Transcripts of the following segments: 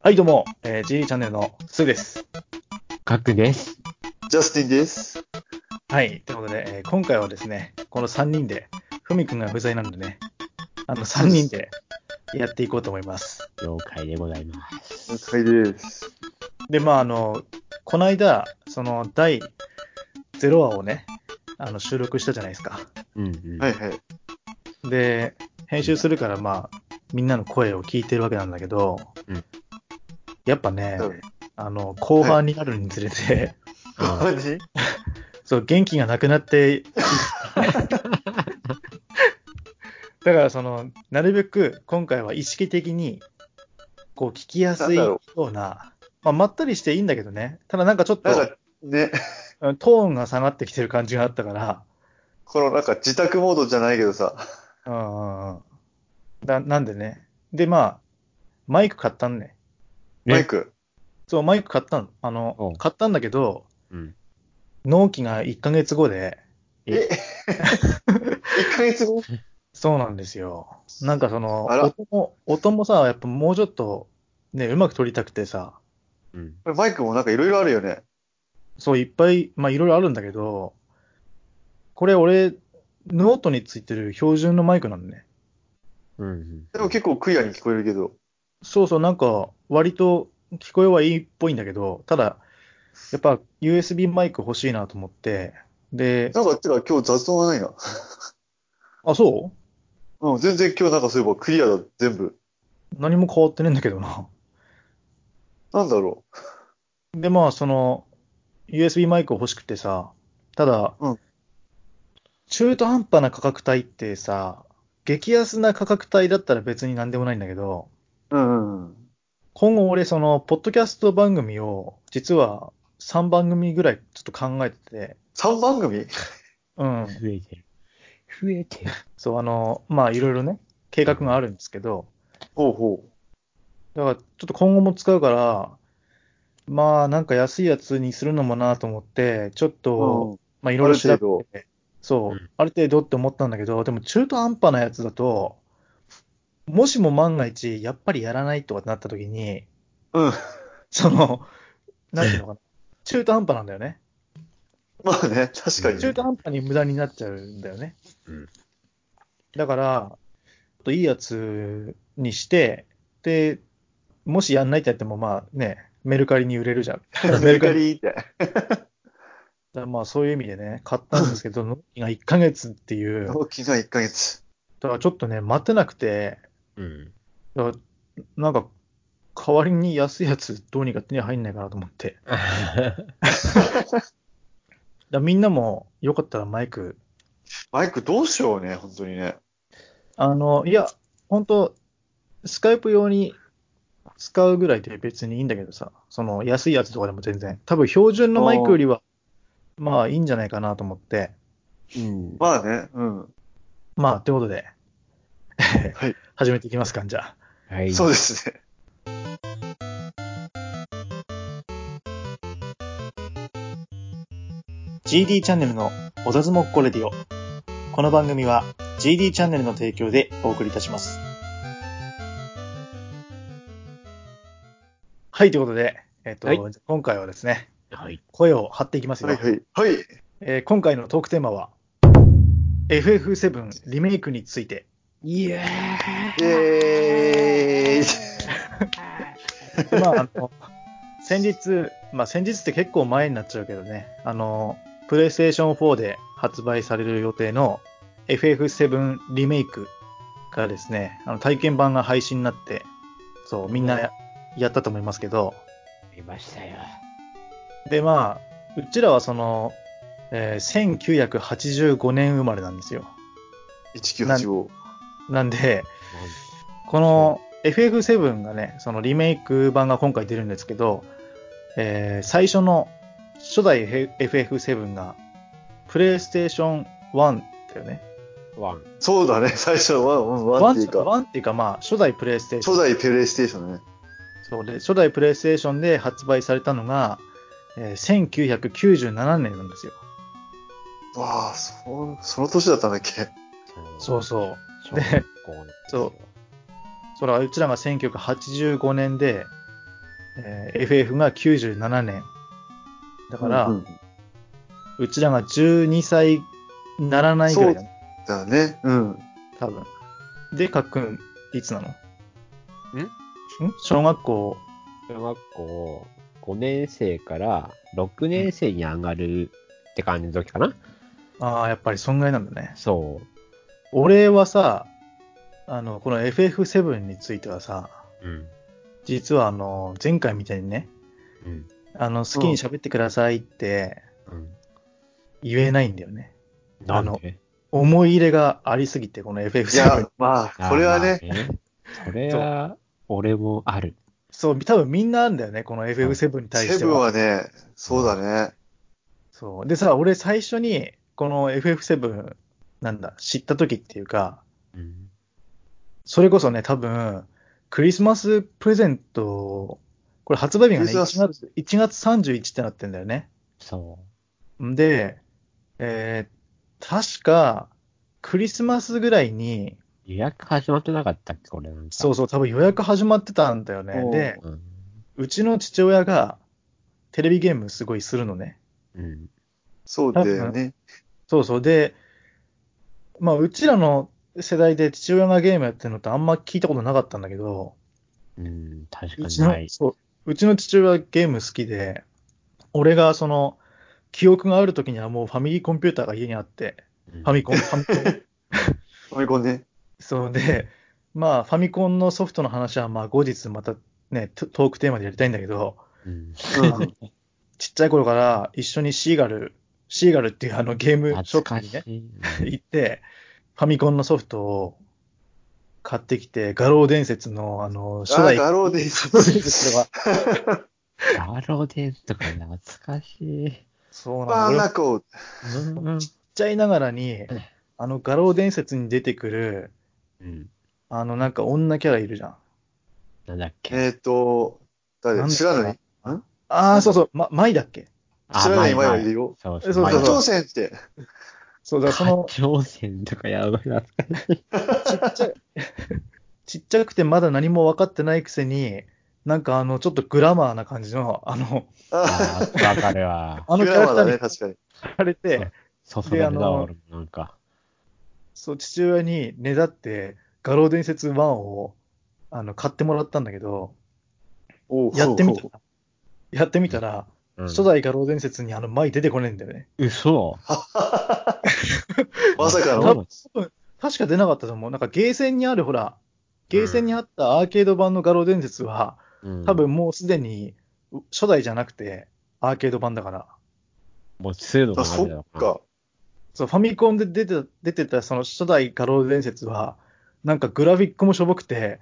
はい、どうも、GD チャンネルのスーです。 ガクです。 ジャスティンです。 はい、ということで、今回はですね、この3人で、ふみくんが不在なんでね、3人でやっていこうと思います。 了解でございます。 了解です。 で、この間、その第0話をね、収録したじゃないですか。 はいはい。 で、編集するから、みんなの声を聞いてるわけなんだけど、やっぱね、後半になるにつれて、 何そう、元気がなくなってだからなるべく今回は意識的に、こう聞きやすいような、まったりしていいんだけどね。ただなんかちょっと、 ね、 トーンが下がってきてる感じがあったから、 この自宅モードじゃないけどさ。 うんうんうん。なんでね。で、マイク買ったんね。 マイク。 そう、マイク買ったの。買ったんだけど、納期が1ヶ月後で、 1ヶ月後そうなんですよ。なんかあら、 音もさ、やっぱもうちょっと、ね、うまく撮りたくてさ、 これマイクもいろいろあるよね。 そう、いっぱい、いろいろあるんだけど、これ俺、ノートについてる標準のマイクなんね。 でも結構クリアに聞こえるけど。 そうそう、なんか、割と聞こえはいいっぽいんだけど、ただ、やっぱ USB マイク欲しいなと思って、で、 てか今日雑音がないな。 あ、そうん、全然今日そういえばクリアだ、全部。 う何も変わってねえんだけどな。 なんだろで、USB マイク欲しくてさ、ただ、 う。うん、 中途半端な価格帯ってさ、激安な価格帯だったら別になんでもないんだけど、 うん、うん。 今後俺ポッドキャスト番組を、実は3番組ぐらいちょっと考えてて、 3番組うん。 増えてる。増えてる。 そう、いろいろね、計画があるんですけど、 ほうほだからちょっと今後も使うから、なんか安いやつにするのもなと思って、ちょっと、 う。うん。 いろいあろ調べる程度。 て、そう、ある程度って思ったんだけど、でも中途半端なやつだと、もしも万が一、やっぱりやらないとかってなった時に、 うん。 その、なんていうのかな、中途半端なんだよね。 まあね、確かにね。 中途半端に無駄になっちゃうんだよね。だから、ちょっといいやつにして、で、もしやんないってやっても、メルカリに売れるじゃん。 メルメルカリ。 カリって。 そういう意味でね、買ったんですけど、納期が1ヶ月っていう、 納期が1ヶ月。 だからちょっとね、待てなくて、 うん。 だからなんか、代わりに安いやつどうにか手に入んないかなと思って。みんなもよかったらマイク、 マイクどうしようね、本当にね。 いや、本当スカイプ用に使うぐらいで別にいいんだけどさ、その安いやつとかでも全然、多分標準のマイクよりは、いいんじゃないかなと思って、 まあね、うん。 ということで、 はい。 始めていきますか、じゃあ。 はい。 そうですね。 GD チャンネルのおざずもっこレディオ。この番組は GD チャンネルの提供でお送りいたします。はい、ということで、 はい。 今回はですね、 はい。 声を張っていきますよ。 はいはい。はい。 今回のトークテーマは FF7 リメイクについて。 イエえーい。 で、先日って結構前になっちゃうけどね、プレイステーション4で発売される予定の FF7 リメイクがですね、体験版が配信になって、そう、みんなやったと思いますけど、 見ましたよ。 で、うちらは1985年生まれなんですよ。 1985。 なんで、この FF7 がね、そのリメイク版が今回出るんですけど、最初の初代 FF7 がプレイステーション1だよね。 ワン。 そうだね、最初はワンっていうか、 1っていうか初代プレイステーション。 初代プレイステーションね。 そうで、初代プレイステーションで発売されたのが、1997年なんですよ。 わあ、その年だったんだっけ。 そうそう。 小学で、 校の。 そう。うちらが1985年で、 FF が97年。だから、 うんうんうちらが12歳ならないぐらいだね。 だね。うん。 多分。で、かっくん、いつなの？小学校、 小学校5年生から6年生に上がるって感じの時かな。 ああ、やっぱりそんぐらいなんだね。 そ俺はさ、この FF7 についてはさ、 う。うん。 実は前回みたいにね、 うん。 好きに喋ってくださいってうん。 言えないんだよね。 なんで？ 思い入れがありすぎて、このい FF7 や、まあ、これはね、 それは、俺もある。 そう、多分みんなあるんだよね、この FF7 に対しセブンては。 はね、そうだね。 そう。でさ、俺最初に、この FF7、なんだ、知った時っていうか、 うん。 それこそね、多分、クリスマスプレゼント、これ発売日がね、 クリスマス 1月31ってなってんだよね。 そんで、確か、クリスマスぐらいに、 う。予約始まってなかったっけ、これなんか。 そうそう、多分予約始まってたんだよね。 おうで、 うん。 うちの父親がテレビゲームすごいするのね。 うん。 そうだよね。 そうそう。で、まあ、うちらの世代で父親がゲームやってるのってあんま聞いたことなかったんだけど、 うん。確うちの、 かにない。 そう、うちの父親はゲーム好きで、俺が記憶がある時にはもうファミリーコンピューターが家にあって、 うん。 ファミコン、ファミコン。 ファミコンね。 そうで、まあ、ファミコンのソフトの話はまあ後日またね、トークテーマでやりたいんだけど、 うん。 うん。 ちっちゃい頃から一緒にシーガルっていうゲームショ懐かップにね、 しい。 行って、ファミコンのソフトを買ってきて、画廊伝説の初代ガローで画廊伝説とか、 ガロデンとか懐かしい。 そうなの、 バー俺もナコー。 うん。 ちっちゃいながらに、画廊伝説に出てくる、 うん。 なんか女キャラいるじゃん。 なんだっけ。 なんだっ知らないけな。 んなんだろう。 そうそう、マイだっけ？ 知らない前はいるよ。 そうそう、 初そうそうそう。 挑戦って。 そうだ、 初挑戦とかやばい懐かしい。 ちっちゃい、ちっちゃくてまだ何も分かってないくせに、なんかちょっとグラマーな感じの、 ああ、わかるわ。 キグラマーだね、 ャラクターに確かに。 惹かれて、 そそで、 られたわ、俺もなんか。 そう、父親にねだって、画廊伝説1を、買ってもらったんだけど、 おうやってみたおうら、やってみたら、 うん初代画廊伝説に前出てこねえんだよね。 嘘。 まさかの多分、確か出なかったと思う。なんかゲーセンにある、ほら、ゲーセンにあっったアーケード版の画廊伝説は、 た、 多分もうすでに初代じゃなくてアーケード版だから。 もう2のあ、そがあるだろっか。 そう、ファミコンで出てたその初代画廊伝説は、なんかグラフィックもしょぼくて、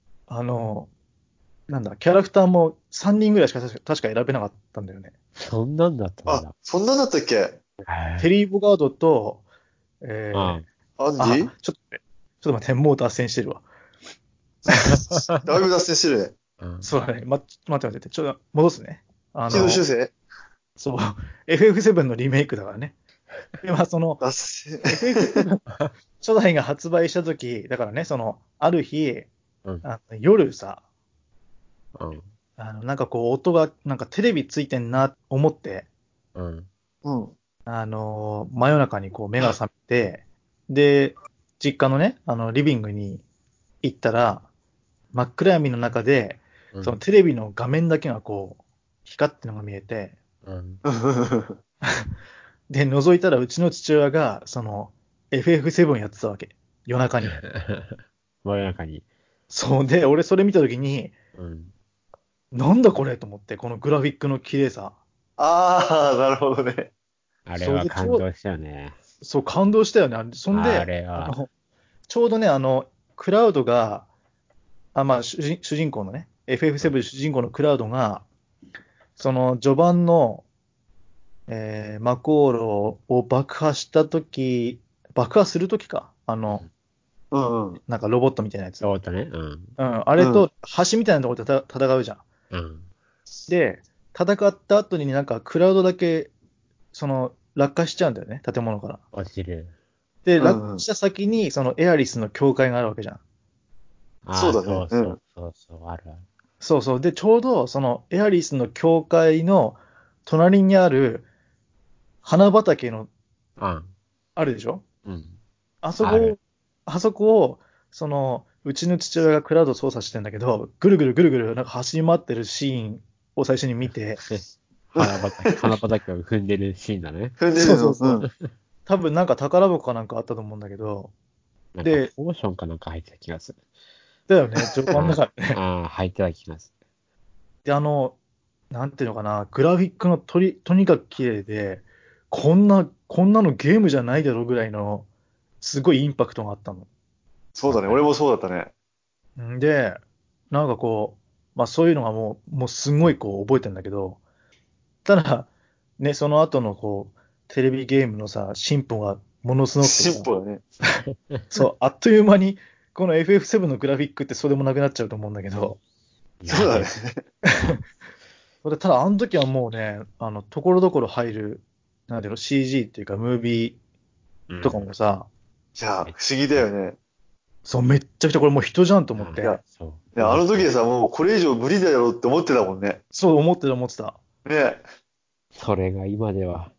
なんだ、キャラクターも3人ぐらいしか確か選べなかったんだよね。 そんなんだったんだ。 そんなんだったっけテリー・ボガードと、 あちょっと待って、もう脱線してるわ。 だいぶ脱線してるね。 あ。 そうだね。待って、ちょっと戻すね。 軌道修正そう、FF7 のリメイクだからね。で、まあ、 脱線。 FF7 初代が発売した時、だからね、ある日、 うん。 夜さ、 うん。 なんかこう、音が、なんかテレビついてんな、思って、 うん。 うん。 真夜中にこう目が覚めて、で、実家のね、リビングに行ったら、真っ暗闇の中で、 うん。 そのテレビの画面だけがこう、光ってのが見えて、 うん。 で、覗いたらうちの父親が、FF7 やってたわけ。夜中に。 真夜中に。 そうで、俺それ見たときに、 うん。 なんだこれと思って、このグラフィックの綺麗さ。 ああ、なるほどね。 あれそうで、 は感動したよね。 そう感動したよね。そんあで、 れは。 ちょうどね、クラウドが、まあ、主人公のね、FF7 主人公のクラウドが、その序盤の、マコーロを爆破するときか。 うんうん。 なんかロボットみたいなやつ。 そうだね。うん。 うん、あれと橋みたいなところで戦うじゃん。 うん。 で、戦った後になんかクラウドだけ、落下しちゃうんだよね、建物から。 落ちる。 で、 うんうん落下した先に、エアリスの教会があるわけじゃん。 ああ、 そうだねそうそうそうそう、あるある。 そうそう。で、ちょうど、その、エアリスの教会の隣にある花畑の、 うん。 あるでしょ？ うん。 あそある。 こ、あそこを、その、うちの父親がクラウド操作してんだけど、ぐるぐるぐるぐる、なんか走り回ってるシーンを最初に見て、 花畑を踏んでるシーンだね。 踏んでるの。 そうそうそう。 うん。 多分なんか宝箱かなんかあったと思うんだけど、 なんか、 で、 ポーションかなんか入ってた気がする。 だよね、序盤だあからね。 あ、入ってた気がすで、なんていうのかな、グラフィックのとにかく綺麗で、こんなのゲームじゃないだろうぐらいの、すごいインパクトがあったの。 そうだね。 わかる。 俺もそうだったね。 んで、なんかこう、まあそういうのがもうすごいこう覚えてんだけど、ただ、ね、その後のこう、テレビゲームのさ、進歩がものすごくてさ、 進歩だね。 そう、あっという間に、この FF7 のグラフィックってそれもなくなっちゃうと思うんだけど、 そうだね。 それただあの時はもうね、ところどころ入る、なんていうの、CG っていうか、ムービーとかうん。 もさ、 いや、不思議だよね。 そう、めっちゃくちゃこれもう人じゃんと思っあいや、 て、 そう。 いやあの時でさ、もうこれ以上無理だろうって思ってたもんね。 そう思ってた。 ね。 それが今では、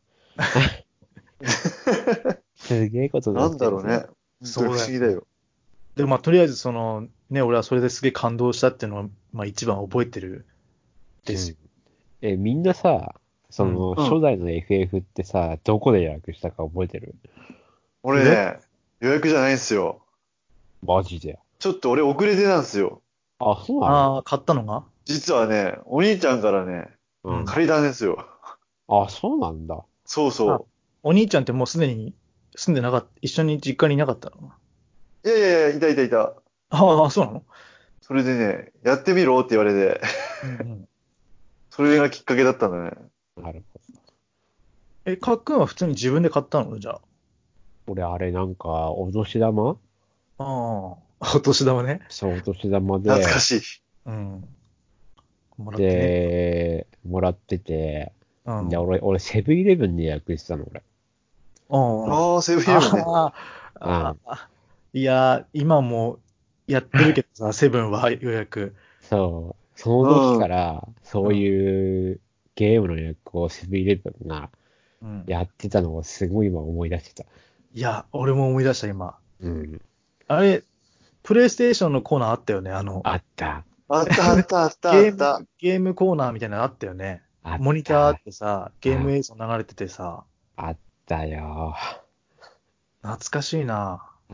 すげえことにななってるぜ。 んだろうね。本当にそうだよね。 不思議だよ。 で、まあ、とりあえずその、ね、俺はそれですげえ感動したっていうのを、まあ一番覚えてるですよ。 うん。みんなさ、そうん。 の、 うん。 初代の FF ってさ、どこで予約したか覚えてる？ 俺予約、 ね、予約じゃないんですよ。 マジで。 ちょっと俺遅れてなんですよ。 あ、そうなの？ ああ、買ったのが？ 実はね、お兄ちゃんからね、 うん。 うん。 借りたんですよ。 あ、そうなんだ。 あ、 そうそお兄ちゃんってもうすでに住んでなかった、一緒に実家にいなかったの？ う。いやいやいや、いたいたいた。 ああ、そうなの？ それでね、やってみろって言われて、 うんうん。 それがきっかけだったんだね。 なるほど。 かっくんは普通に自分で買ったのじゃ俺、あれなんか、お年玉あ。ああ、お年玉ね。 そう、お年玉で、 懐かしい。 うん。もらってね。 で、もらってて、で、 うん。 俺、セブンイレブンで予約してたの、俺。 あああ、セブンイレブンね。 あ、 うん。 いや、今もやってるけどさ、セブンは予約。 そう。その時うん。 から、そううん。 いうゲームの予約をセブンイレブンがうん。 やってたのをすごい今思い出してた。 いや、俺も思い出した、今。 うん。 あれ、プレイステーションのコーナーあったよね。 あった。 あったあったあったあった。 ゲームコーナーみたいなのあったよね。 あっモニターあった。 てさ、ゲームあ、 映像流れててさ、 あったよ。 懐かしいな。 うん。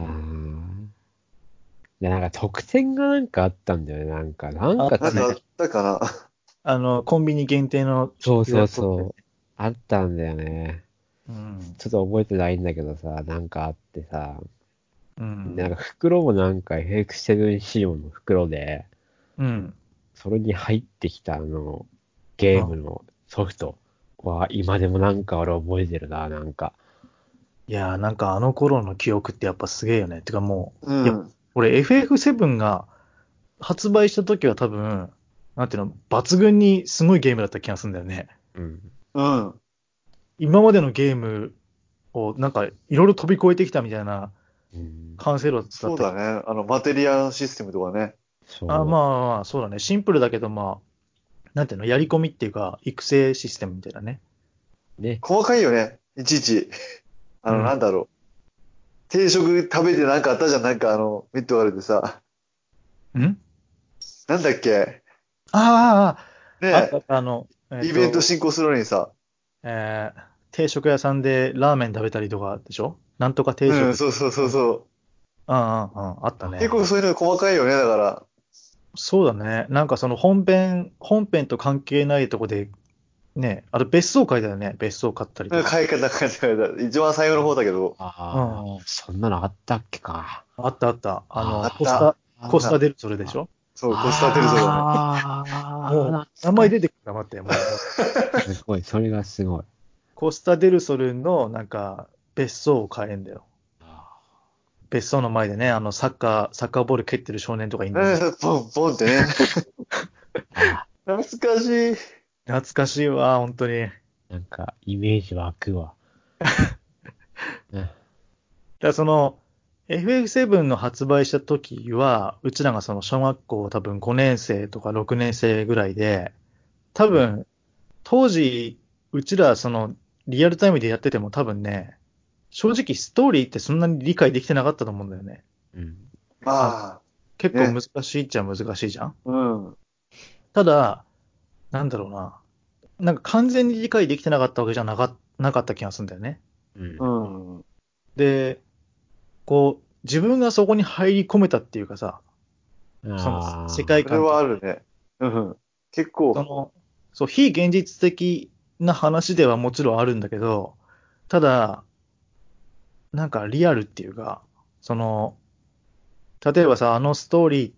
で、なんか特典がなんかあったんだよね。なんかつい、 あったね。 なんかあったかな。 コンビニ限定のそうそう予約取ってね。 そう。あったんだよね。 うん。 ちょっと覚えてないんだけどさ、なんかあってさ、 うなんかん。 袋もなんか FX7 仕様の袋で、 うん。 それに入ってきたゲームあ、 のソフトは今でもなんか俺覚えてるな、なんか。 いやー、なんかあの頃の記憶ってやっぱすげえよね。てかもうう、いや、 ん。 俺 FF7 が発売した時は多分、なんていうの、抜群にすごいゲームだった気がするんだよね。 うん。 うん。 今までのゲームをなんかいろいろ飛び越えてきたみたいなうん。 完成度だった気。 そうだね。マテリアシステムとかね。 あ、 そまあまあ、そうだね。シンプルだけど、まあ、なんていうの、やり込みっていうか、育成システムみたいなね。 う。ね。 細かいよね。いちいち。 うん。 なんだろう。定食食べてなんかあったじゃん。なんかミッドガルでさ。 んなんだっけ。 ああ、あったあねった、 イベント進行するのにさ。 定食屋さんでラーメン食べたりとかでしょ？なんとか定うん、 食。 そうそうそうそう。 うんうんうん、あったね。 結構そういうの細かいよね。だから。 そうだね。なんかその本編と関係ないとこで、ね、あと別荘会だよね。別荘買ったりとか。 なんか書い方。一番最後の方だけど。 うああ、 んうん。 そんなのあったっけか。 あったあった。 あった。 コスタあデルそれでしょ？ そう、コスタテルソだね。 もあ、 う、名前出てくるから待って、もう、 すごい、それがすごい。 コスタデルソルの、なんか、別荘を買えんだよ。別荘の前でね、サッカーボール蹴ってる少年とかいんだよね。 ボン、ボンってね。 あ、 懐かしい。 懐かしいわ、本当に。 なんか、イメージ湧くわ。うん。 だからその、 FF7 の発売した時は、うちらがその小学校多分5年生とか6年生ぐらいで、多分、当時、うちらそのリアルタイムでやってても多分ね、正直ストーリーってそんなに理解できてなかったと思うんだよね。 うん。 まあ、 結構難しいっちゃ難しいじゃん。 うん。 ただ、なんだろうな。なんか完全に理解できてなかったわけじゃなかった気がするんだよね。 うんう。ん。 で、こう、自分がそこに入り込めたっていうかさ、その世界それ観というか、 はあるね。うん。結構、 その、そう、非現実的な話ではもちろんあるんだけど、ただ、なんかリアルっていうか、その、例えばさ、あのストーリーって、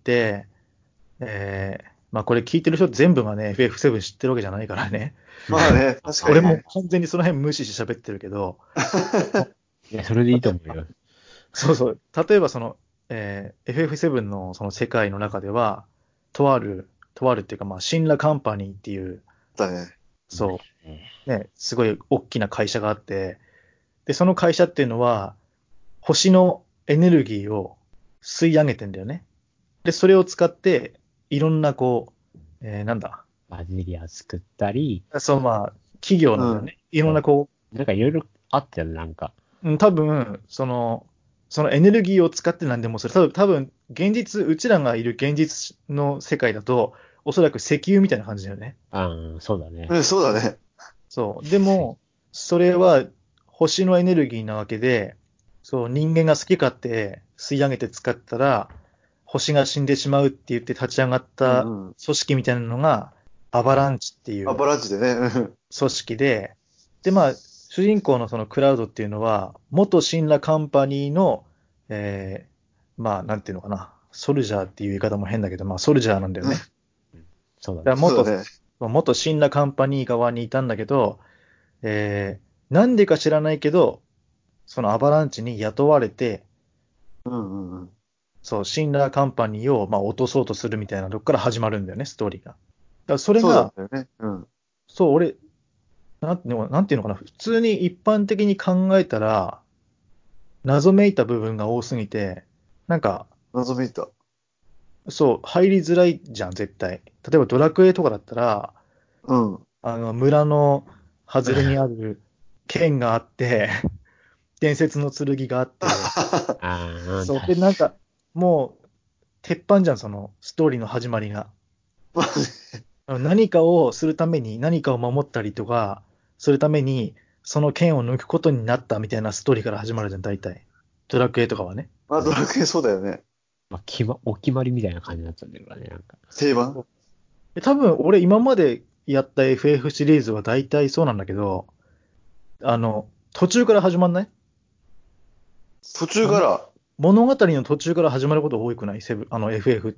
まあこれ聞いてる人全部がね、FF7 知ってるわけじゃないからね。 まあね、確か俺もにね。 完全にその辺無視して喋ってるけど、 いや、それでいいと思うよ。 そうそう、例えばその、FF7 のその世界の中では、とあるっていうか、まあ、シンラカンパニーっていう、 だね。 そうね、すごい大きな会社があって、で、その会社っていうのは、星のエネルギーを吸い上げてんだよね。で、それを使って、いろんなこう、なんだ、 バジリア作ったり、 そう、まあ、企業なんだようん。 ね。いろんなこなんかいろいろあったよね、なんか。 う、多分、そのエネルギーを使って何でもする。多分、現実、うちらがいる現実の世界だと、おそらく石油みたいな感じだよね。 ああ、そうだね。 うん、そうだね。 そう。でも、それは星のエネルギーなわけで、そう、人間が好き勝手吸い上げて使ったら、星が死んでしまうって言って立ち上がったうんうん。 組織みたいなのが、アバランチっていアうバランチでね。うん。 組織で、で、まあ、主人公のそのクラウドっていうのは、元シンラカンパニーの、まあ、なんていうのかな、ソルジャーっていう言い方も変だけど、まあ、ソルジャーなんだよね。 そうだね。 だからそうだね。 元シンラカンパニー側にいたんだけど、なんでか知らないけど、そのアバランチに雇われて、 うんうんうん。 そう、シンラーカンパニーを、まあ、落とそうとするみたいなとこから始まるんだよね、ストーリーが。だからそれそうなんが、 だよね。うん。 そう、俺、なんていうのかな、普通に一般的に考えたら、謎めいた部分が多すぎて、なんか、 謎めいた。 そう、入りづらいじゃん、絶対。例えばドラクエとかだったら、 うん。 村の外れにある剣があって、伝説の剣があって、 ああ、 そう。で、なんか、もう、鉄板じゃん、その、ストーリーの始まりが。 まあね。 何かをするために、何かを守ったりとか、するために、その剣を抜くことになったみたいなストーリーから始まるじゃん、大体。ドラクエとかはね。 まあ、ドラクエそうだよね。 まあ、お決まりみたいな感じになっちゃってるからね、なんか。 定番。 多分、俺今までやった FF シリーズは大体そうなんだけど、途中から始まんない途中かもら。 物語の途中から始まること多くないFF って。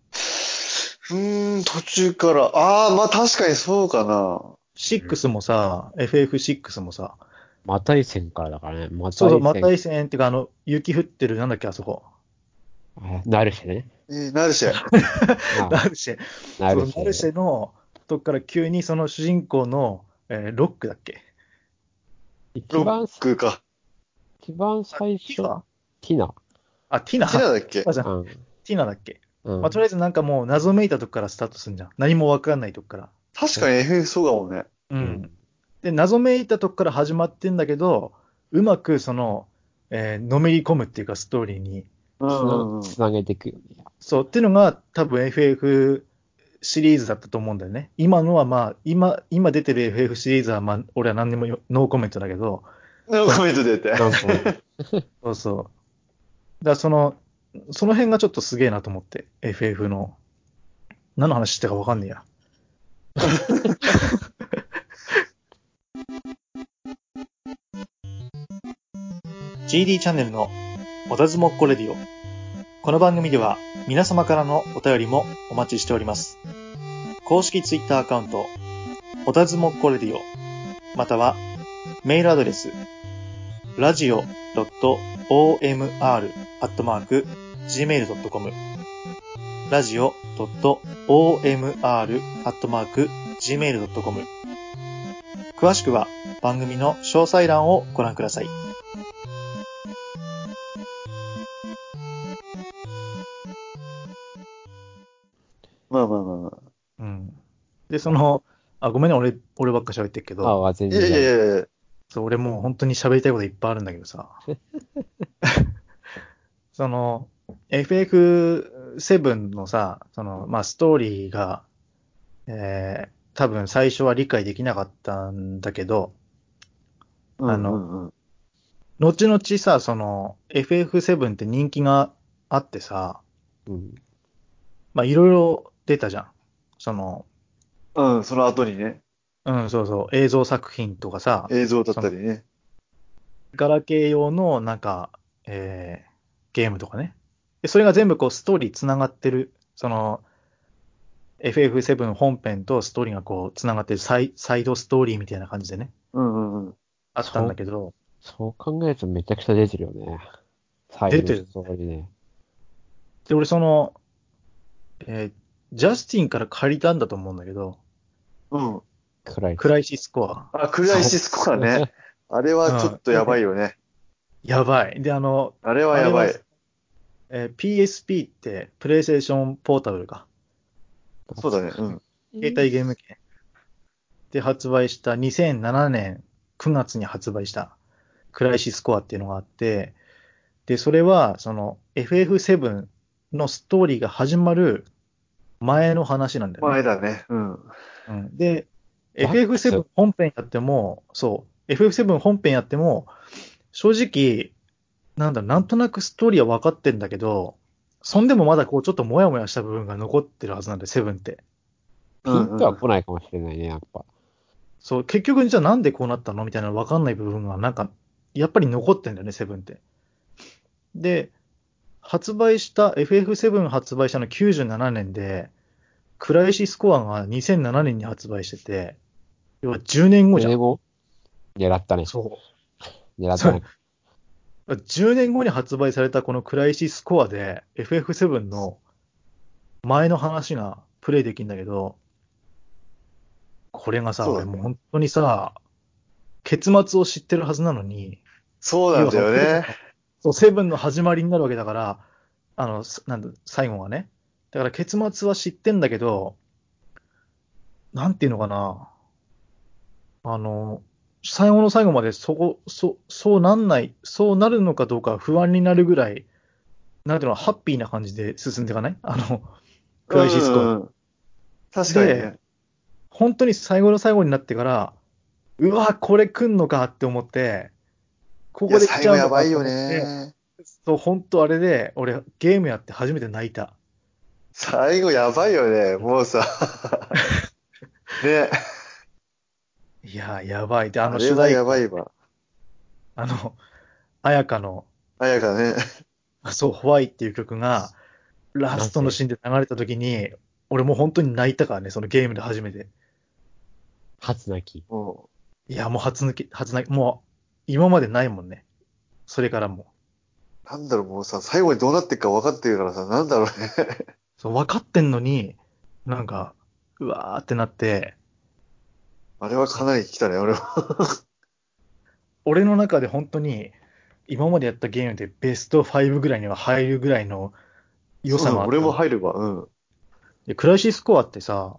途中から。ああ、まあ確かにそうかな。 6もさ、FF6 もさ、 マタイ線からだからね。マそうそう、 タイ線、 マタイ線っていうか、雪降ってる、なんだっけ、あそこ。 なるしね。 ナルシェ。 あナルシェ。そう、 なるし。 ナルシェのとこから急にその主人公の、ロックだっけ一番、 ロックか。 一番あ、 最初、 ティファティナ。 あ、ティナティナだっけ？ あ、じゃん。 うん。 ティナだっけまあ、とりうん。 あえずなんかもう謎めいたとこからスタートするんじゃん。何もわかんないとこから。 確かに FF そうだもんね。 うん。 うん。 で、謎めいたとこから始まってんだけど、うまくのめり込むっていうかストーリーに。 うんうんうん。 つなげていくよね。 そう、っていうのが多分 FF シリーズだったと思うんだよね。今のはまあ、今出てる FF シリーズはまあ、俺は何にもノーコメントだけど、 ノーコメントで言って。 なんか、 そうそう。だからその辺がちょっとすげえなと思って、FF の。何の話してたかわかんねえや。GD チャンネルのおたずもっこレディオ。この番組では皆様からのお便りもお待ちしております。公式ツイッターアカウント、おたずもっこレディオ、またはメールアドレス、radio.omr@gmail.com radio.omr@gmail.com 詳しくは番組の詳細欄をご覧ください。 まあまあまあまあ。 うん。で、ごめんね、俺ばっか喋ってるけど、 全いやいやい然。 やいや、 そう、俺もう本当に喋りたいこといっぱいあるんだけどさ、その、FF7 のさ、まあ、ストーリーが、多分最初は理解できなかったんだけど、 うんうあの、 んうん。 後々さ、FF7 って人気があってさ、 うん。 まあ、いろいろ出たじゃん。その、 うん、その後にね、 うん、そうそう、映像作品とかさ、 映像だっその、 たりね。 ガラケー用の、なんか、ゲームとかね。で、それが全部こう、ストーリー繋がってる、FF7 本編とストーリーがこう、繋がってるサイドストーリーみたいな感じでね、 うんうんうん。 あったんそう、 だけど、 そう考えるとめちゃくちゃ出てるよね。サイドス出てる。 トーリーね。 で、俺えージャスティンから借りたんだと思うんだけど、 うん。 暗い。 クライシスコア。 あ、クライそう。 シスコアね。あれはちょっうん。 とやばいよね。 やばい。で、 あれはあれは、 やばい。 PSP って、プレイステーションポータブルか。 そうだね。うん。 携帯ゲーム機で発売した2007年9月に発売したクライシスコアっていうのがあって、で、それは、FF7 のストーリーが始まる前の話なんだよね。 前だね。うん。 うん。で、 ザックス。 FF7 本編やっても、そう、FF7 本編やっても、正直、なんとなくストーリーは分かってんだけど、そんでもまだこう、ちょっとモヤモヤした部分が残ってるはずなんだよ、セブンって。 ピンとはうんうん。 来ないかもしれないね、やっぱ。 そう、結局じゃあなんでこうなったのみたいな分かんない部分がやっぱり残ってんだよね、セブンって。で、FF7 発売したの97年で、クライシスコアが2007年に発売してて、要は10年後じゃん。 でも、狙ったね。 そう。そう。 狙ったね。 10年後に発売されたこのクライシスコアで FF7 の前の話がプレイできるんだけど、これがさ、 そうだね。 俺もう本当にさ、結末を知ってるはずなのに、要はそうなんだよね。 セブンの始まりになるわけだから、最後がね。だから結末は知ってんだけど、なんていうのかな。あの、最後の最後までそうなるのかどうか不安になるぐらい、なんていうの、ハッピーな感じで進んでいかないクうライシスコア。 んうんうん。確かにで、 ね。 本当に最後の最後になってから、うわ、これ来んのかって思って、こいや、 こで来最後ちゃうのかとやばいよ思って、 ね。 そう、本当あれで、俺、ゲームやって初めて泣いた。 最後やばいよね。もうさ。ね。 いや、やばい。で、 あれは主題歌、 やばいわ。 あの、彩香の、 あやかね。 そう、ホワイっていう曲が、ラストのなんせ、 シーンで流れた時に、俺もう本当に泣いたからね、そのゲームで初めて。 初泣き。 もいや、もう初泣き、もう、今までないもんね。それからも。 う、なんだろう、もうさ、最後にどうなっていくか分かってるからさ、なんだろうね。 そう、分かってんのに、なんか、うわーってなって、 あれはそうかなり来たね、俺は。 俺の中で本当に、今までやったゲームでベスト5ぐらいには入るぐらいの良そうなの、俺さがあったの。 も入るわ。うん。 で、クライシスコアってさ、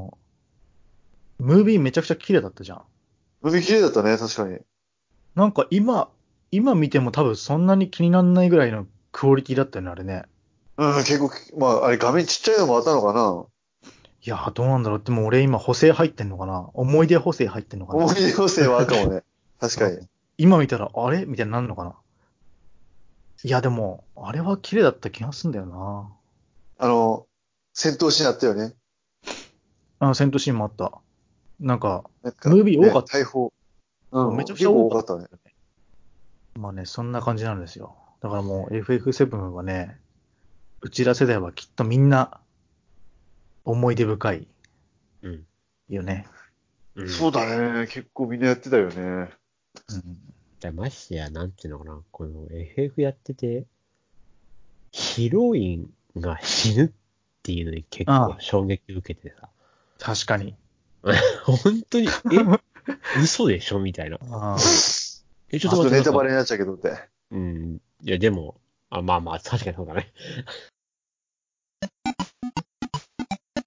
ムービーめちゃくちゃ綺麗だったじゃん。 海綺麗だったね、確かに。 なんか今見ても多分そんなに気にならないぐらいのクオリティだったよね、あれね。 うん、結構、まあ、あれ画面ちっちゃいのもあったのかな。 いやー、どうなんだろう。でも俺今補正入ってんのかな、思い出補正入ってんのかな。 思い出補正はあるかもね。確かに。 うん。今見たら、あれみたいになるのかな。いや、でも、あれは綺麗だった気がすんだよな。 あの、戦闘シーンあったよね。 戦闘シーンもあった。なんか、 なんか、 ムービー多かね、 ったよ。 大砲。 そう、めちうん、結ゃくちゃ多かっ構多かったね。 たよね。まあね、そんな感じなんですよ。だからもう FF7 はね、うちら世代はきっとみんな思い出深いうん。 よね。 うん。 そうだね。結構みんなやってたよね。 うん。 じゃあましてや、なんていうのかな。この FF やってて、ヒロインが死ぬっていうのに結構ああ、 衝撃受けてさ。 確かに。 本当に、嘘でしょみたいな。 あちょっちょっとと待って、なんか、 ネタバレになっちゃうけどって。 うん。いや、でも、まあまあ、確かにそうだね。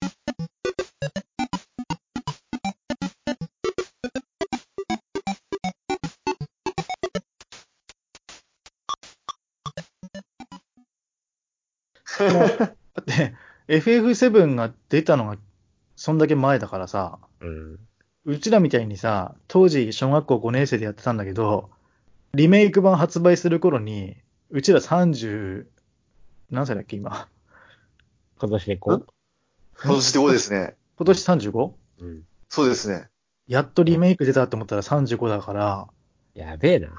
だって、FF7 が出たのがそんだけ前だからさ、 うん。 うちらみたいにさ、当時小学校5年生でやってたんだけど、リメイク版発売する頃に、うちら30、何歳だっけ今。 今年でこ今年で5ですね。 今年 35？ う。うん。 そうですね。 やっとリメイク出たって思ったら35だから、 やべえな。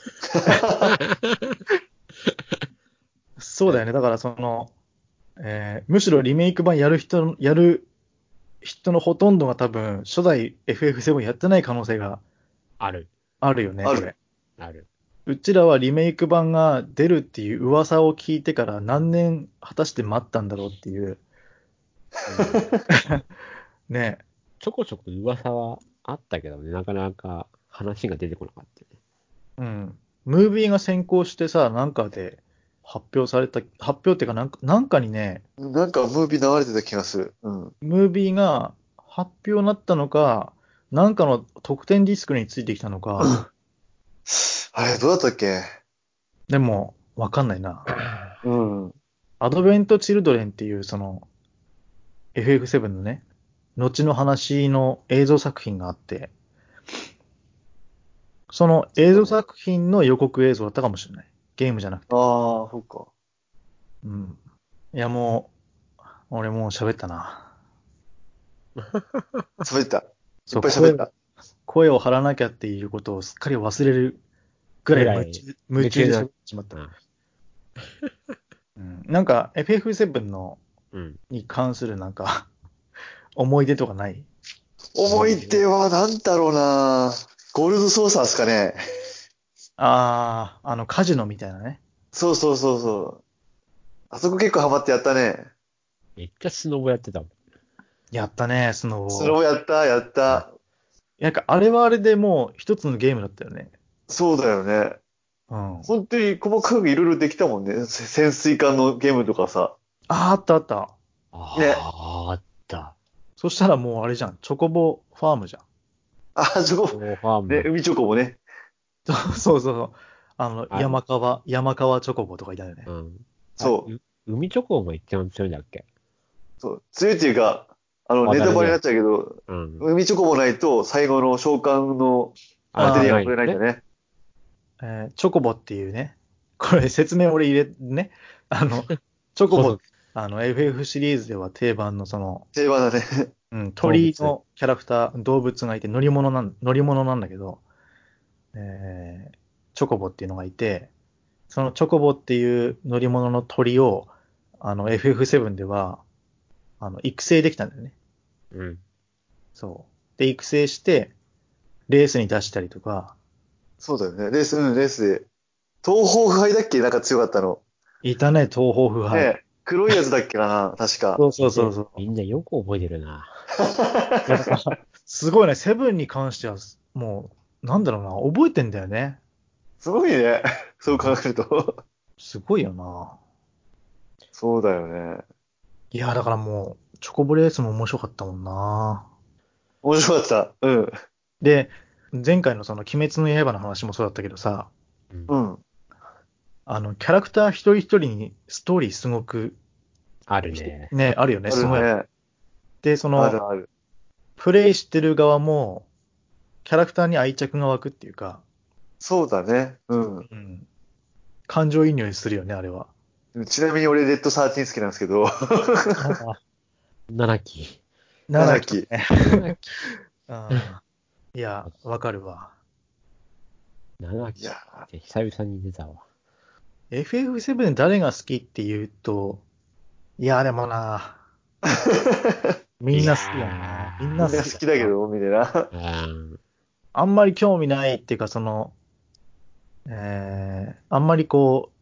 そうだよね。だからむしろリメイク版やる人のほとんどが多分、初代 FF7 やってない可能性がある。 あるよね、 あるこれ。 ある。 うちらはリメイク版が出るっていう噂を聞いてから何年果たして待ったんだろうっていう。ね。 ちょこちょこ噂はあったけどね、なかなか話が出てこなかったね。 うん。ムービーが先行してさ、なんかで発表っていうかなんかにね、 なんかムービー流れてた気がする。うん。 ムービーが発表になったのか、なんかの特典ディスクについてきたのか、 あれ、どうだったっけ？ でも、わかんないな。 うん。 アドベント・チルドレンっていうFF7 のね、後の話の映像作品があって、その映像作品の予告映像だったかもしれない。ゲームじゃなくて。 ああ、そっか。 うん。いや俺もう喋ったな。 喋った。いっそう、 ぱい喋った。 声を張らなきゃっていうことをすっかり忘れるぐらいぐらい夢中でな。 喋ってしまった。 あうん。なんか FF7 うん。 に関する思い出とかない？ 思い出はなんだろうな。ゴールドソーサーですかね。 カジノみたいなね。 そうそうそうそう。あそこ結構ハマってやったね。 めっちゃスノボやってたもん。 やったね、スノスノボ。 ボやった、やっうん。 た。 あれはあれでもう一つのゲームだったよね。 そうだよね。 うん。 本当に細かくいろいろできたもんね。潜水艦のゲームとかさ。 あったあった。 ね。 ああった。 そしたらもうあれじゃん。チョコボファームじゃん。 あ、そこ。 ファーね、 ム。 海チョコもね。 そうそうそう。 あ、 山川チョコボとかいたよね。 うん。あれ、 そう。 海チョコも一番強いんだっけ？ そう。強いっていうか、ネタ渡るね。 バレになっちゃうけど、 うん。 海チョコもないと最後の召喚のマテあーリアが取れないんだね。 チョコボっていうね。これ説明俺入れ、ね。チョコボ、 補足。 FF シリーズでは定番の定番だね。 動物。 鳥のキャラクター、動物がいて乗り物なんだけど、チョコボっていうのがいて、そのチョコボっていう乗り物の鳥を、FF7 では、育成できたんだよね。 うん。 そう。で、育成して、レースに出したりとか、 そうだよね。レース、うん、レースで。東方腐敗だっけなんか強かったの。 いたね、東方腐敗。 ね、黒いやつだっけな確か。 そうそうそうそう。 みんなよく覚えてるな。 いや、だから、すごいね、セブンに関しては、もう、なんだろうな、覚えてんだよね。 すごいね。そう考えると。 すごいよな。 そうだよね。 いや、だからもう、チョコボレースも面白かったもんな。 面白かった。うん。 で、前回の鬼滅の刃の話もそうだったけどさ、 うん。 うん。 キャラクター一人一人にストーリーすごく、 あるね。 ね、あるよね、 あすごい。 るね。 で、 あるある。 プレイしてる側も、キャラクターに愛着が湧くっていうか、 そうだね。うん。 うん、感情移入するよね、あれは。 ちなみに俺、レッド13好きなんですけど。 あ 7期。 7 7 期期。 ね。 7期。 いや、わかるわ。 7 いや期って久々に出たわ。 FF7 誰が好きって言うと、いや、でもな、みんいな好きだな。みんなみんな好きだな。 好きだけど、みたいな。 あんまり興味ないっていうか、あんまり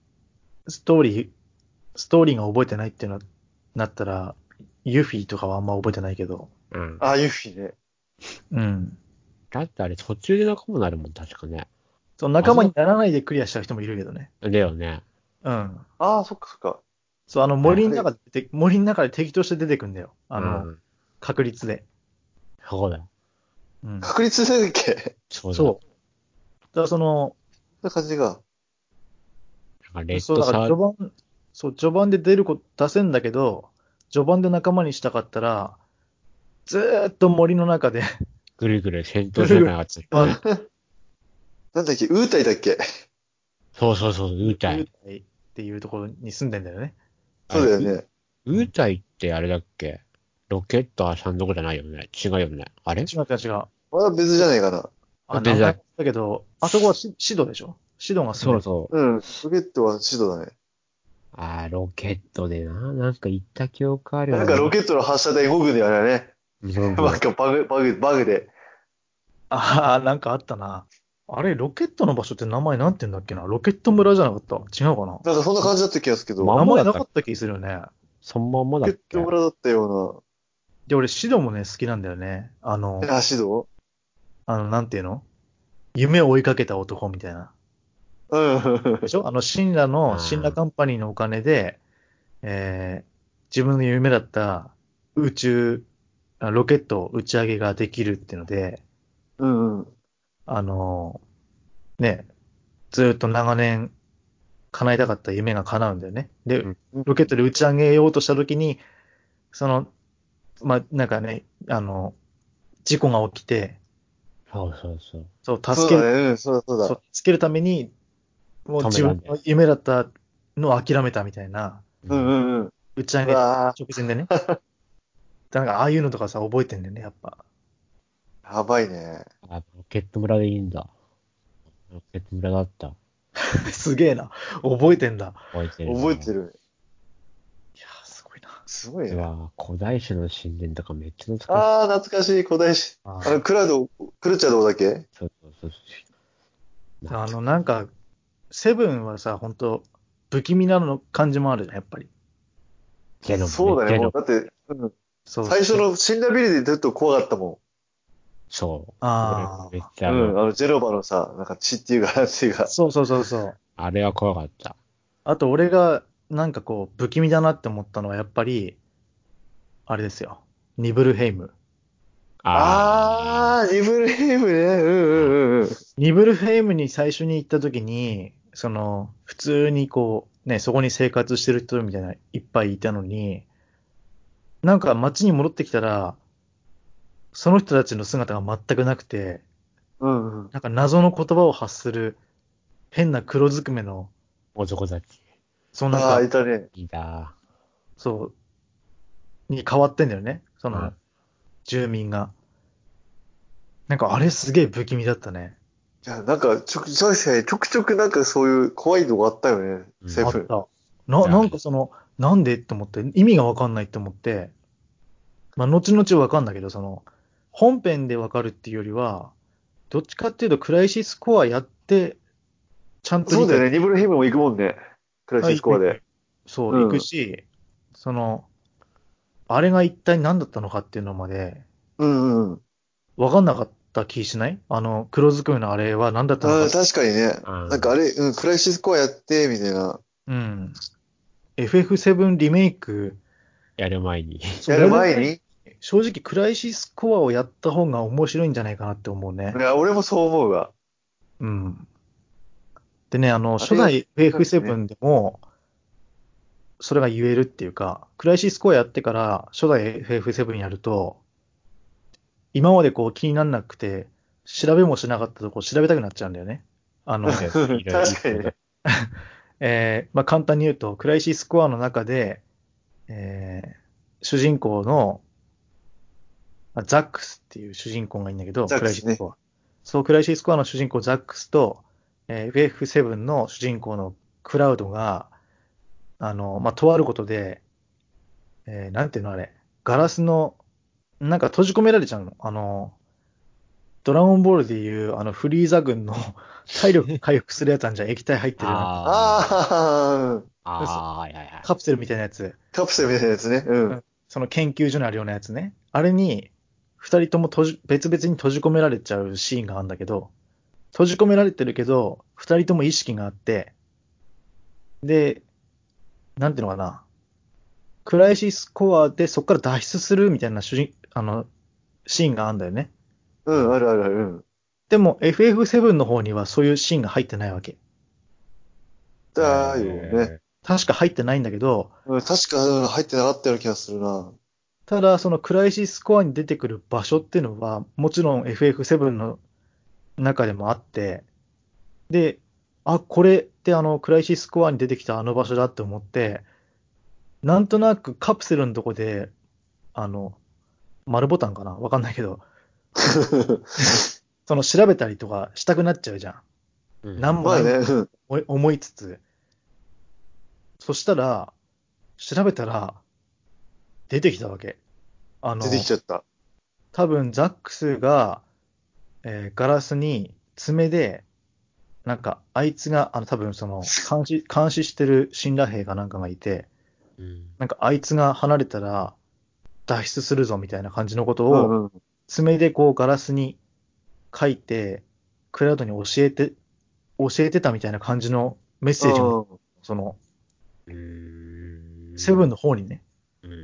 ストーリーが覚えてないっていうのなったら、ユフィとかはあんま覚えてないけど、 うん。 あ、ユッフィね。 うん。 だってあれ途中で仲間になるもん、確かね。 仲間にならないでクリアした人もいるけどね。 だよね。 うん。 ああ、そっかそっか。 そう、 あれ、 森の中で敵として出てくんだよ。 うん。 確率で。 そうだ。 うん。 確率だっけ？ そうだ。 そう。だからそんな感じが。 レッそう、だからドサー、 序盤、 そう、序盤で出せんだけど、序盤で仲間にしたかったら、ずーっと森の中でぐるぐる戦闘しぐるぐるながらやって。 なんだっけ、ウータイだっけ。 そうそうそう、ウータイ。 ウータイっていうところに住んでんだよね。 そうだよね。 ウータイってあれだっけ？ロケット挟んどこじゃないよね。違うよね。あれ違う違う違う。 まだ別じゃないかな。 名前別だ。 だけど、あそこはシドでしょ？シドが住んでる。 そうそう。 うん。ロケットはシドだね。 ロケットでなんか行った記憶あるよなんかロな。 ケットの発射台動くんだよね。なんかバグで。 ああ、なんかあったな。あれ、ロケットの場所って名前なんて言うんだっけな。ロケット村じゃなかった？違うかな。 なんかそんな感じだった気がするけど、 まんまだった名前なかった気するよね。 そのまんまロケットだっけ？ 村だったよで、俺、シドもね、好きなんだよね。 うな。シド。 なんていうの？夢を追いかけた男みたいな。 うん。 でしょ？シンラあカンパニーのお金で、自分の夢だった宇宙、ロケット打ち上げができるっていうので、 うんうん。 あの、ね、ずーっと長年叶えたかった夢が叶うんだよね。で、 うん。 ロケットで打ち上げようとしたときに、その、なんかね、事故が起きて、 そうそうそう。 そう、 そうだね。うん、そうだそうだ。 助けるために、もう自分止めたんだよ。 の夢だったのを諦めたみたいな、 うんうん。 うんうん。う打ち上げわ直前でね。なんか、ああいうのとかさ、覚えてんだよね、やっぱ。 やばいね。 ロケット村でいいんだ。ロケット村だった。 すげえな。覚えてんだ。 覚えてるな。 覚えてる。 いやー、すごいな。 すごいね。 うわ古代種の神殿とかめっちゃ懐かしい。 ああ、懐かしい、古代史。 あークルチャーどこだっけ。 そうそうそう。 なんか、セブンはさ、ほんと、不気味なの感じもあるじゃん、やっぱり。 ジェノムね、 そうだね、もう、 ジェノム。 だって、うん、 そうそう。 最初の死んだビルでちょっと怖かったもそう。俺もめっああ、 ちゃん。うん、ジェノバのさ、なんか血っていうか、なんていうか。 そうそうそうそう。 あれは怖かった。 あと、俺が、なんかこう、不気味だなって思ったのは、やっぱり、あれですよ。ニブルヘイム。 ああー、リブレイブね。うんあ、 うんうんうん。 ニブルヘイムに最初に行った時に、普通にこう、ね、そこに生活してる人みたいな、いっぱいいたのに、なんか街に戻ってきたら、その人たちの姿が全くなくて、 うんうん。 なんか謎の言葉を発する変な黒ずくめの、 男たち。 そうなんあー、 か、 いたね。 いた。 そう、に変わってんだよね。そのうん。 住民が。なんかあれすげえ不気味だったね。 いや、なんか、確かにちょくちょくなんかそういう怖いのがあったよね、 うん。 セブン。 あった。 いや、 なんかなんでって思って、意味がわかんないって思って、まあ、後々わかんだけど、本編でわかるっていうよりは、どっちかっていうと、クライシスコアやって、ちゃんと理解、 そうだよね、ニブルヘイムも行くもんね。クライあ、 シスコアで。 行く。そう、行くうん。 し、その、あれが一体何だったのかっていうのまで、 うんうん。 わかんなかった気しない？黒ずくめのあれは何だったのあー、 か。 確かにね。 うん。 なんかあれ、うん、クライシスコアやって、みたいな。 うん。FF7 リメイク、 やる前に。 そう、 やるやる前に、 前に。 正直クライシスコアをやった方が面白いんじゃないかなって思うね。 いや、俺もそう思うわ。 うん。でね、初代あれやったしね。 FF7 でも、それが言えるっていうか、クライシスコアやってから初代 FF7 やると、今までこう気にならなくて、調べもしなかったとこ調べたくなっちゃうんだよね。あの、 いろいろ、いろいろ。 確かにね。 まあ、簡単に言うと、クライシスコアの中で、え主人公の、まあザックスっていう主人公がいいんだけど、クザックスね。 ライシスコア。そう、クライシスコアの主人公ザックスと、FF7 の主人公のクラウドが、まあ、とあることで、なんていうのあれ、ガラスの、なんか閉じ込められちゃうの。ドラゴンボールでいう、フリーザ軍の体力回復するやつあんじゃん。液体入ってる、なんか、 あああ、 はいはいはい。 カプセルみたいなやつ。 カプセルみたいなやつね。うん。 うん。その研究所にあるようなやつね。あれに、二人とも別々に閉じ込められちゃうシーンがあるんだけど、閉じ込められてるけど、二人とも意識があって、で、なんていうのかな。クライシスコアでそこから脱出するみたいなシーンがあるんだよね。 うん、あるあるある。うん。 でも FF7 の方にはそういうシーンが入ってないわけ。 だよね。 確か入ってないんだけど、 確か入ってなかったような気がするな。 ただそのクライシスコアに出てくる場所っていうのは、もちろん FF7 の中でもあって、で、あ、これってクライシスコアに出てきたあの場所だって思って、なんとなくカプセルのとこで、あの、丸ボタンかなわかんないけど、その調べたりとかしたくなっちゃうじゃん。 うん。 なんもないまあね、うん思いつつ、そしたら、調べたら出てきたわけ。 出てきちゃった。 多分ザックスが、ガラスに爪で、なんか、あいつが、多分監視してる死んだ兵かなんかがいて、 うん。 なんか、あいつが離れたら脱出するぞみたいな感じのことを、 うんうん。 爪でこうガラスに書いて、クラウドに教えてたみたいな感じのメッセージが、 うん。 その、 うーん。 セブンの方にね。 うん。うん。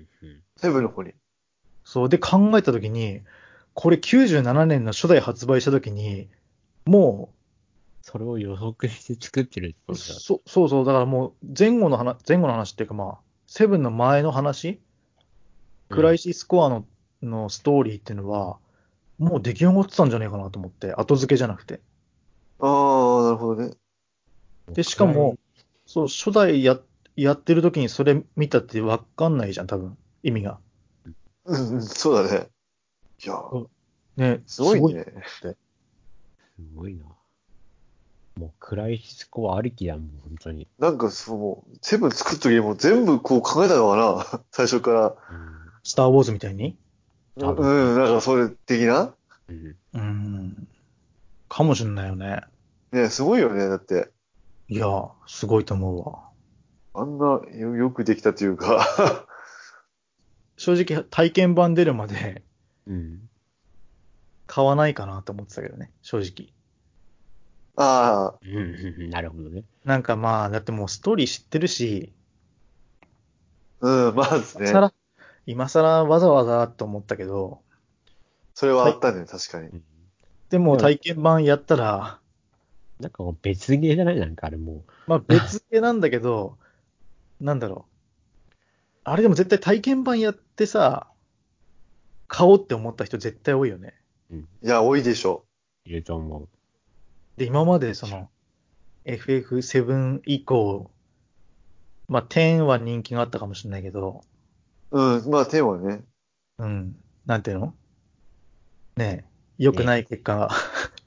うん。 セブンの方に。 そうで考えたときに、これ97年の初代発売したときに、もそれを予測して作ってるってこう、 とだ。 そうそう、だからもう前後の話っていうかまあ、セブンの前の話、 うん。 クライシスコアのストーリーっていうのは、もう出来上がってたんじゃないかなと思って、後付けじゃなくて。 ああ、なるほどね。 で、しかも、そう、初代やってる時にそれ見たってわかんないじゃん、多分、意味が。 うんうん、そうだね。いや、 うんね、すごいっすごいね。 て。 すごいな。もうクライシスコアありきだもん、本当に。 なんかそう、もう、セブン作るときにもう全部こう考えたのかな最初から。 うん。 スター・ウォーズみたいに多分ね。 うん、なんかそれ的なうん。 かもしんないよね。 ね、すごいよね。だって、 いや、すごいと思うわ。 あんなよくできたというか正直、体験版出るまでうん。 買わないかなと思ってたけどね、正直。 ああ、 うん。なるほどね。 なんかまあ、だってもうストーリー知ってるし、 うん、まずね。 今更、今更わざわざと思ったけど、 それはあ体ったね、確かに。 うん。 でもでも、 体験版やったら、 なんかもう別ゲーじゃないなんかあれもまあ別系なんだけど、なんだろう。あれでも絶対体験版やってさ、買おうって思った人絶対多いよね。 う。うん。 いや、多いでしょ。 いると思う。 で、今までその FF7 以降、まあ10は人気があったかもしれないけど、 うん、まあ、テーマね。 うん、なんていうのねえ、良くね。 ない結果が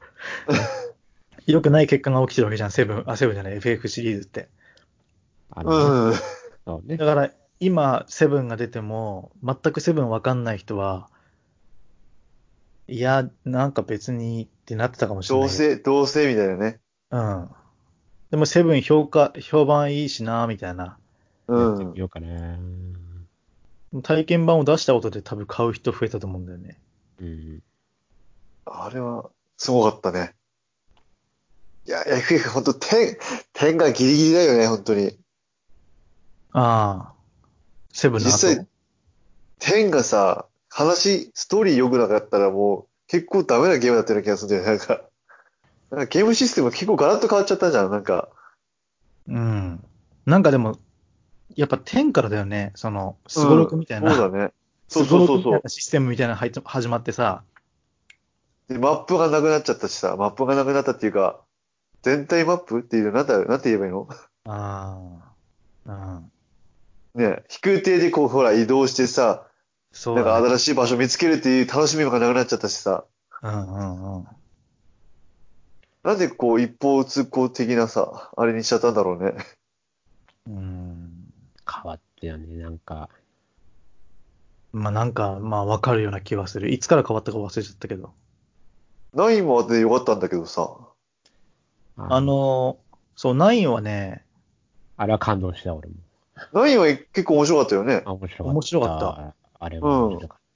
良くない結果が起きてるわけじゃん、セブンじゃない、FF シリーズって。 ね。 うん。 そうね。 だから、今、セブンが出ても、全くセブンわかんない人は、いや、なんか別にってなってたかもしれないけ同性みたいなね。 ど、うん。でもセブン評判いいしな、みたいな。 うやってみん。 ようかな。 体験版を出したことで多分買う人増えたと思うんだよね。 うん。 あれは、すごかったね。いや、FF ほんと10がギリギリだよね、本当に。 ああ、セブンの実際、 後 10がさ、ストーリー良くなかったらもう、結構ダメなゲームだったような気がするんだよね。なんかゲームシステム結構ガラッと変わっちゃったじゃん、なんか。 うん。なんかでも、やっぱ10からだよね。 うスゴロクん、 みたいな、 そうだね。そうスゴそうそうそロクみたいなシステムみたいなの始まってさ、 う。で、マップがなくなっちゃったしさ、マップがなくなったっていうか、全体マップっていうの、なんて言えばいいのああ、うん。 ね、飛空艇でこう、ほら、移動してさ、なんかそうだね。 新しい場所見つけるっていう楽しみがなくなっちゃったしさ、 うんうんうん。 なんでこう、一方通行的なさ、あれにしちゃったんだろうね。 うん。 変わったよね、なんか。 まあなんか、まあわかるような気はする。いつから変わったか忘れちゃったけど。 9もあってよかったんだけどさ、 ああの、そう、9はね、 あれは感動した、俺も。 9は結構面白かったよね。 あ、面白かっ面白かった。 た。あれうは面ん。 白かっ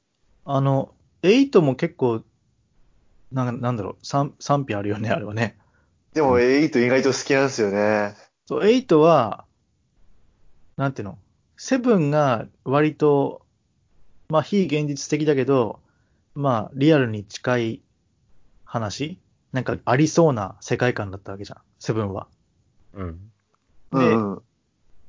8も結構、なんだろう、賛否あるよね、あれはね。 でもた。うん。 8意外と好きなんですよね。 そう、8は、なんていうの、セブンが割と、まあ非現実的だけど、まあリアルに近い話なんかありそうな世界観だったわけじゃん、セブンは。 うん。 うで、 んうん。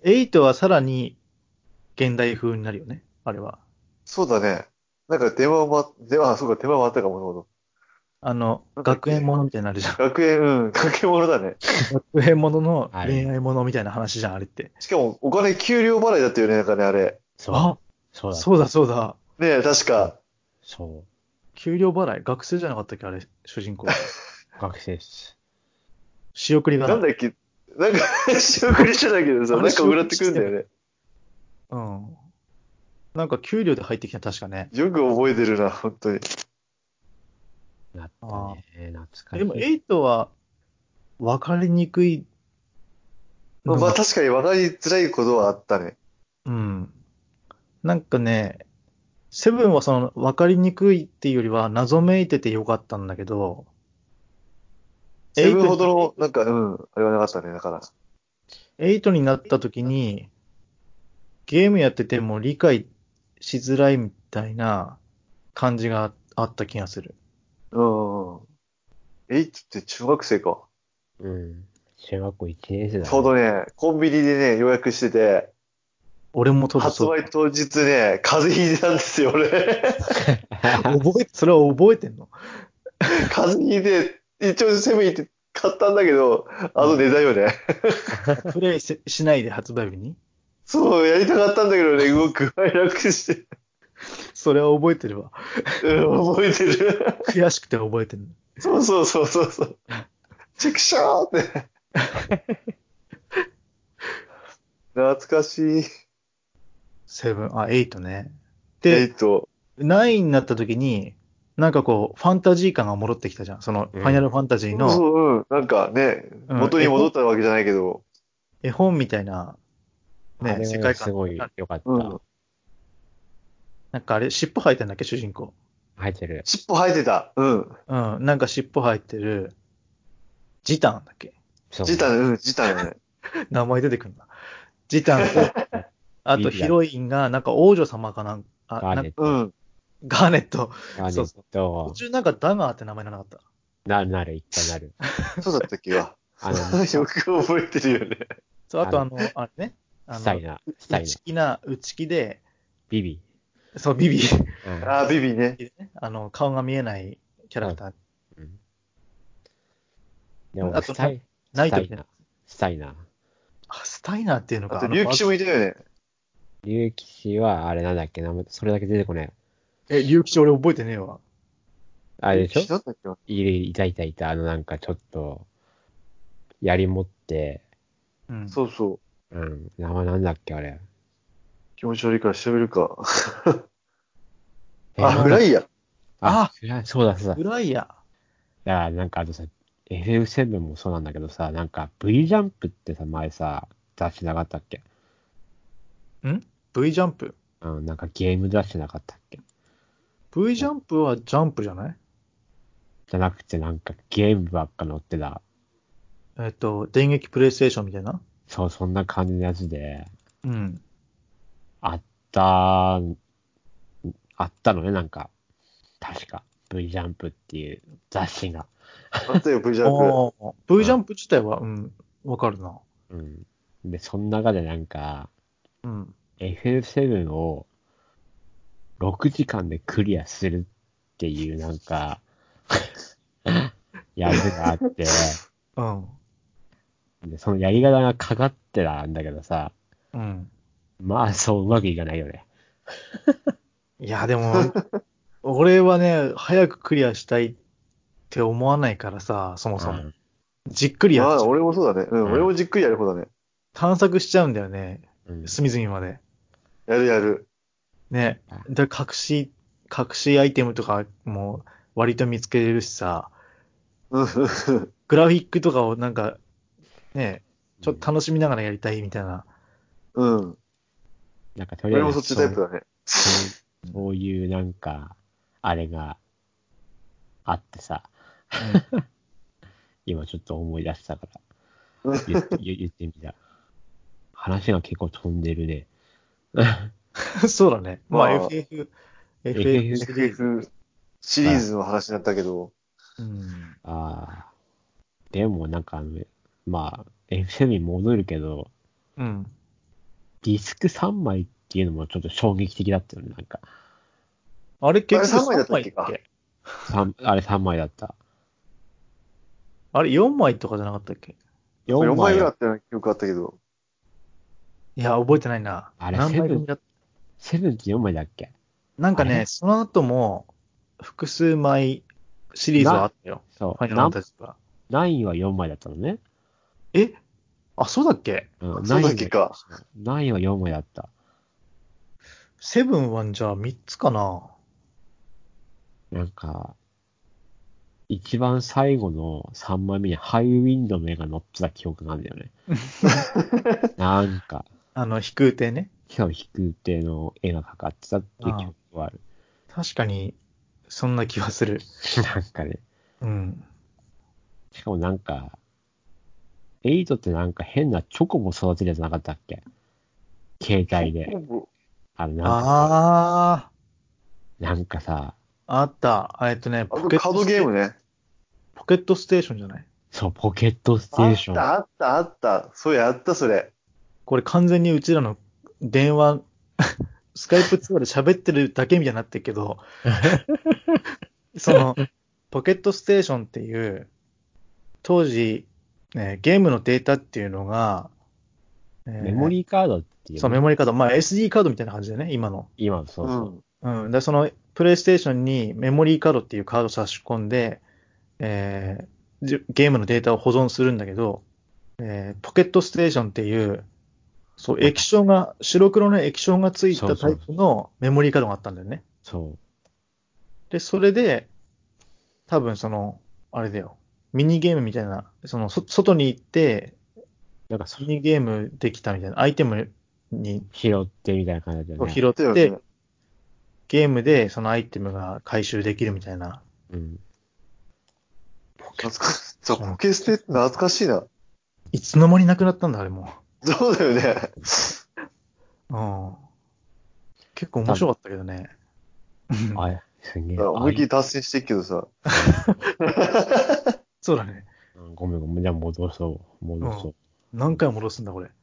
8はさらに現代風になるよね、あれは。 そうだね。なんかそうか、電話もあったかも、なるほど。なんだっけ。 学園ものみたいになるじゃん。 学園ものだね。 学園もののあれ。 恋愛ものみたいな話じゃん、あれって。 しかも、お金給料払いだったよね、なんかね、あれ。 そう。 あ、 そうだ。 そうだそうだ。 ねえ、確か。 そう。 給料払い、学生じゃなかったっけ、あれ、主人公。 学生っす。 仕送りがな。 なんだっけ。なんか仕送りしてたけどさ、 あれなんか送らってくるんだよね。 うん。なんか給料で入ってきた、確かね。 よく覚えてるな、本当に。 なったあね。懐かでも、 しい。 8は分かりにくいのが、 まあ確かに分かりづらいことはあったね。 うん。なんかね、セブンはその分かりにくいっていうよりは謎めいててよかったんだけど、 セブンほ 8に、 どの、なんか、あれはなかったね、だから。 8になった時に、ゲームやってても理解しづらいみたいな感じがあった気がする。 うん。エイトって中学生か。 うん。中学校1年生だちょうどね。 ね、コンビニでね、予約してて、 俺も当時発そう。 売当日ね、風邪ひいてたんですよ、俺。 それは覚えてんの？ 風邪ひいて、一応セブン行って買ったんだけど、あのうん。 値段よね。 プレイしないで発売日に。 そう、やりたかったんだけどね、動く具合楽して。 それは覚えてるわ。 覚えてる。 悔しくて覚えてる。 そうそうそうそうそう。チェクショーって。懐かしい。 セブン、あ、エイトね。で、 エイト。 ナインになった時に、なんかこう、ファンタジー感が戻ってきたじゃん。その、ファイナルうん。 ファンタジーそうの、 そう、なんかね、 うん、 元に戻ったわけじゃないけど、 絵本みたいな、ね、 あれはね、 世界観。 すごい良かっうん。 た。 なんかあれ、尻尾生えてんだっけ、主人公。 入ってる。 尻尾生えてた。うん。 うん、なんか尻尾生えてる、ジタンだっけ。 そう。 ジタン、ジタンだね。 名前出てくるな。ジタンと、あとビビだ。 ヒロインが、なんか王女様かなんか、 ガーネット。 うん。 ガーネット。 ガーネッそうそう。途ト。 中なんかダガーって名前なかった。 なる、一回なる。 そうだったっけわ。 あの、 よく覚えてるよね。 そう、ああの、 とあれね、 スタイナ。 内気で、 ビビ。 そう、ビビ。 うん。 あー、ビビね。 ね、顔が見えないキャラそう。 クター。 うん。で、俺、 あと、 スナイトみたいな。 タイナ。スタイナ。 あ、スタイナーっていうのか。 あと、竜騎士もいたよね。 竜騎士は、あれなんだっけな、それだけ出てこない。 竜吉俺覚えてねえわ。 竜騎あれでしょ士だったっけな。 いた。なんかちょっと、槍持って、 うん。 そうそう。 うん。名前なんだっけ、あれ。 気持ち悪いから調べるか。あ、 あのフライヤ。 あ、 そうだ、そうだ。 フライヤだからなんかあとさ、FF7 もそうなんだけどさ、なんか V ジャンプってさ、前さ、雑誌なかったっけ？ ー。?V ジャンプ。 うん、なんかゲーム雑誌なかったっけ？ V ジャンプはジャンプじゃない？ じゃなくてなんかゲームばっか載ってた。 電撃プレイステーションみたいな。 そう、そんな感じのやつで、 うん。 あったあったのね、なんか。確か。V ジャンプっていう雑誌が。 あったよ、V ジャンプ。 ああ、V ジャうん。 ンプ自体は、うん、わかるな。 うん。で、その中でなんか、 うん。 FF7 を6時間でクリアするっていうなんか、やつがあって、 うん。 で、そのやり方がかかってたんだけどさ、 うん。 まあそううまくいかないよね。 いや、でも、俺はね、早くクリアしたいって思わないからさ、そもそも。 うん。 じっくりやまあ、 っちゃう。 俺もそうだね。うん、俺うん。 もじっくりやる方だね。 探索しちゃうんだよね。 うん。 隅々まで。 やるやる。 ね。 あで、隠しアイテムとかも割と見つけれるしさ、 うん、 グラフィックとかをなんか、ね、ちょっうん。 と楽しみながらやりたいみたいな。 うん。 なんかとりあえず俺もそっちタイプだね。 そういうなんか、あれがあってさ、 うん。 今ちょっと思い出したからうん。 言ってみた。話が結構飛んでるね。 そうだね。まあまあ、 FF シリーズ。 FF シリーズの話になったけど、 うん。 ああ、でもなんかまあ、F7 に戻るけど、 うん。 ディスク3枚っていうのもちょっと衝撃的だったよね、なんか。 あれ結局あれ3枚だったっけ 3枚あれ3枚だった。 あれ4枚とかじゃなかったっけ？ 4枚ぐらいあだったような記憶あったけど。 いや、覚えてないな。 あれ何枚組だっセブンって4枚だっけ？ なんかね、 あれその後も複数枚シリーズはあったよ。 そう。 ファイナルファンタジーは。 9は4枚だったのね。 えあ、そうだっけ？ うん、 そうだっけか。 9は4枚だった。 セブンはじゃあ3つかな。 なんか、一番最後の3枚目にハイウィンドの絵が載ってた記憶なんだよね。なんか、 飛空艇ね。 今日飛空艇の絵がかかってたっていう記憶がある。 確かに、そんな気はする。 なんかね。 うん。 しかもなんか、8ってなんか変なチョコボ育てるやつなかったっけ？携帯で。なんか、 あなんかさ、 あ、あった。 あとカードゲームね。 ポケットステーションじゃない？ そう、ポケットステあっーション。 た、あった、あった。そうやった、それ。 これ完全にうちらの電話、スカイプ通話で喋ってるだけみたいになってるけど、その、ポケットステーションっていう、当時、ね、ゲームのデータっていうのが、 メモリーカードっていうそう、メモリーカード、まあ SD カードみたいな感じでね、今の。 今、そうそう。 ん。 うん。で、その、プレイステーションにメモリーカードっていうカードを差し込んで、ゲームのデータを保存するんだけど、ポケットステーションっていう、そう、液晶が、白黒の液晶がついたタイプのメモリーカードがあったんだよね。 そう。 で、それで、多分あれだよ。ミニゲームみたいな、外に行って、 なんかミニゲームできたみたいな、アイテムに拾ってみたいな感じだよね。 拾っだよて、 ね。 ゲームでそのアイテムが回収できるみたいな。 うん。 懐かしい。そう、ポケステって懐かしいな。 いつの間になくなったんだ、あれもそうだよね。 う。うん。結構面白かったけどね。 あれ、すげえ。 思いっきり達成してるけどさ。 そうだね。 ごめんごめん。じゃあ戻そう。戻うん。 そう。 何回戻すんだ、これ。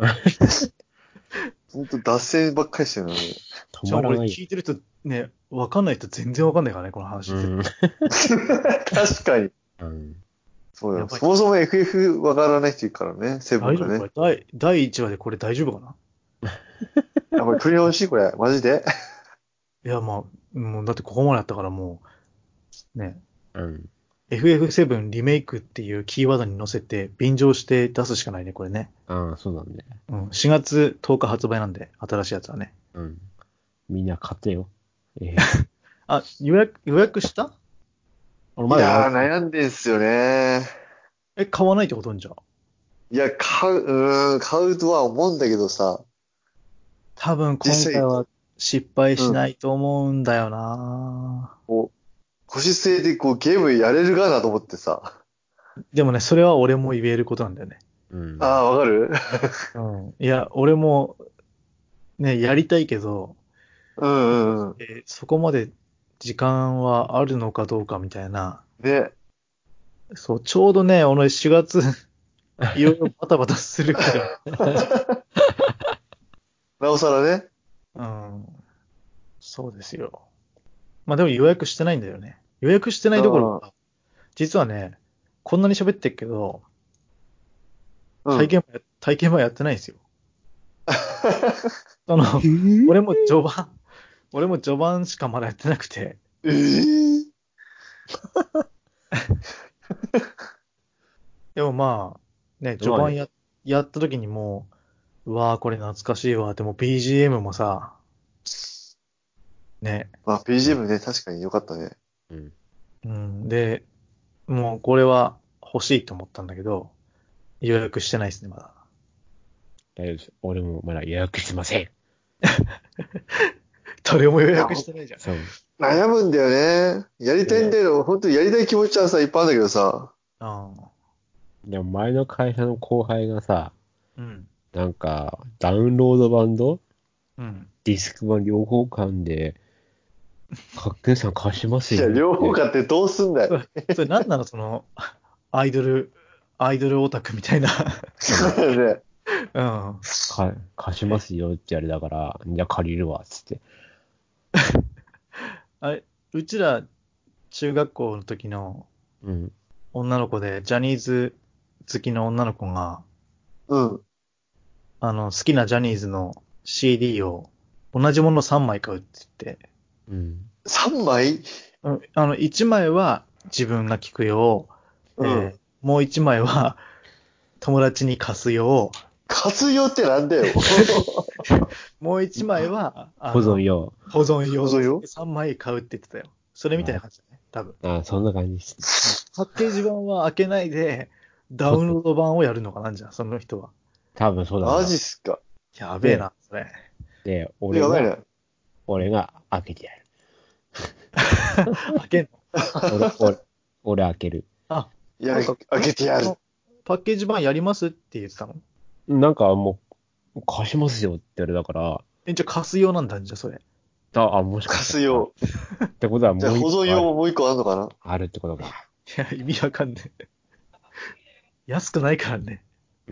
ほんと脱線ばっかりしてるのね。 しかもこれ止まらないよ。 聞いてる人ね、わかんない人全然わかんないからね、この話。 うん。 確かに。 うん。 そうよ。 やばいそもそも FF わからない人いるからね。セブンがね。 大丈夫これ第1話でこれ大丈夫かな？ あ、これ取り直しこれ。マジで。 いや、まあ、もうだってここまでやったからもう、ね、 うん。 FF7 リメイクっていうキーワードに乗せて便乗して出すしかないね、これね。 ああ、そうなんだよ。 4月10日発売なんで、新しいやつはね。 うん。みんな買ってよ。 あ、予約した俺いまだやる。 やー、悩んでんすよね。 買わないってことんじゃ。 いや、買うとは思うんだけどさ。 多分今実際回は失敗しないと思うんだよな、 こう、腰据えてこうゲームやれるかなと思ってさ。 でもね、それは俺も言えることなんだよね。 うん。 ああ、わかる。 いや、俺もね、やりたいけど、 うんうんうん。 そこまで時間はあるのかどうかみたいな。 ね。 そう、ちょうどね、俺4月、いろいろバタバタするから。 なおさらね。 うん。そうですよ。まあでも予約してないんだよね。予約してないどころか、実はね、こんなに喋ってるけど、 うん。 体験版やってないんですよ。その、俺も序盤、俺も序盤しかまだやってなくて、 ええでもまあ、ね、序盤やった時にもうわーこれ懐かしいわ。でも BGM もさ、ね、 まあ、BGM ね、確かに良かったね。 うん。 うん、で、もうこれは欲しいと思ったんだけど、予約してないですね、まだ。 大丈夫です。俺もまだ予約してません。 誰も予約してないじゃん。 そう。 悩むんだよね。やりたいんだけど、本当にやりたい気持ちはさ、いっぱいあるんだけどさ。 ああ、 でも前の会社の後輩がさ、 うん、 なんか、ダウンロード版とうん。 ディスク版両方買うんで、かっけさん貸しますよ。 いや、両方買ってどうすんだよ。 それ何なのアイドルオタクみたいな。 ね。 うん。 貸しますよってやれだから、じゃあ借りるわ、つって。 あれ、うちら中学校の時のうん。 女の子で、ジャニーズ好きの女の子が、 うん。 好きなジャニーズの CD を同じもの3枚買うって言って、 うん。 3枚？ 1枚は自分が聞くよう、 うん。 もう1枚は友達に貸すよ活用ってなんだよ。 う、もう1枚は、 保存用。 保存用そうよ。 3枚買うって言ってたよ。それみたいな感じだね、多分。 そんな感じです。 パッケージ版は開けないで、ダウン取って、 ロード版をやるのかなんじゃん、その人は。 多分そうだマな。 ジっすか。 で、 やべえな、それ。 で、 やばいな。 俺が開けてやる。 開けんの？ 俺開ける。 あ、 いや、 なんか、 開けてやる。 そのパッケージ版やりますって言ってたの？ なんかもう、貸しますよって言われたから、 じゃあ貸す用なんだ、じゃあそれ。 もしかしたら。っ活用。 てことはじゃあもう一保存個ある。 用ももう一個あるのかな？ あるってことか。 いや、意味わかんねえ。安くないからね。 うん。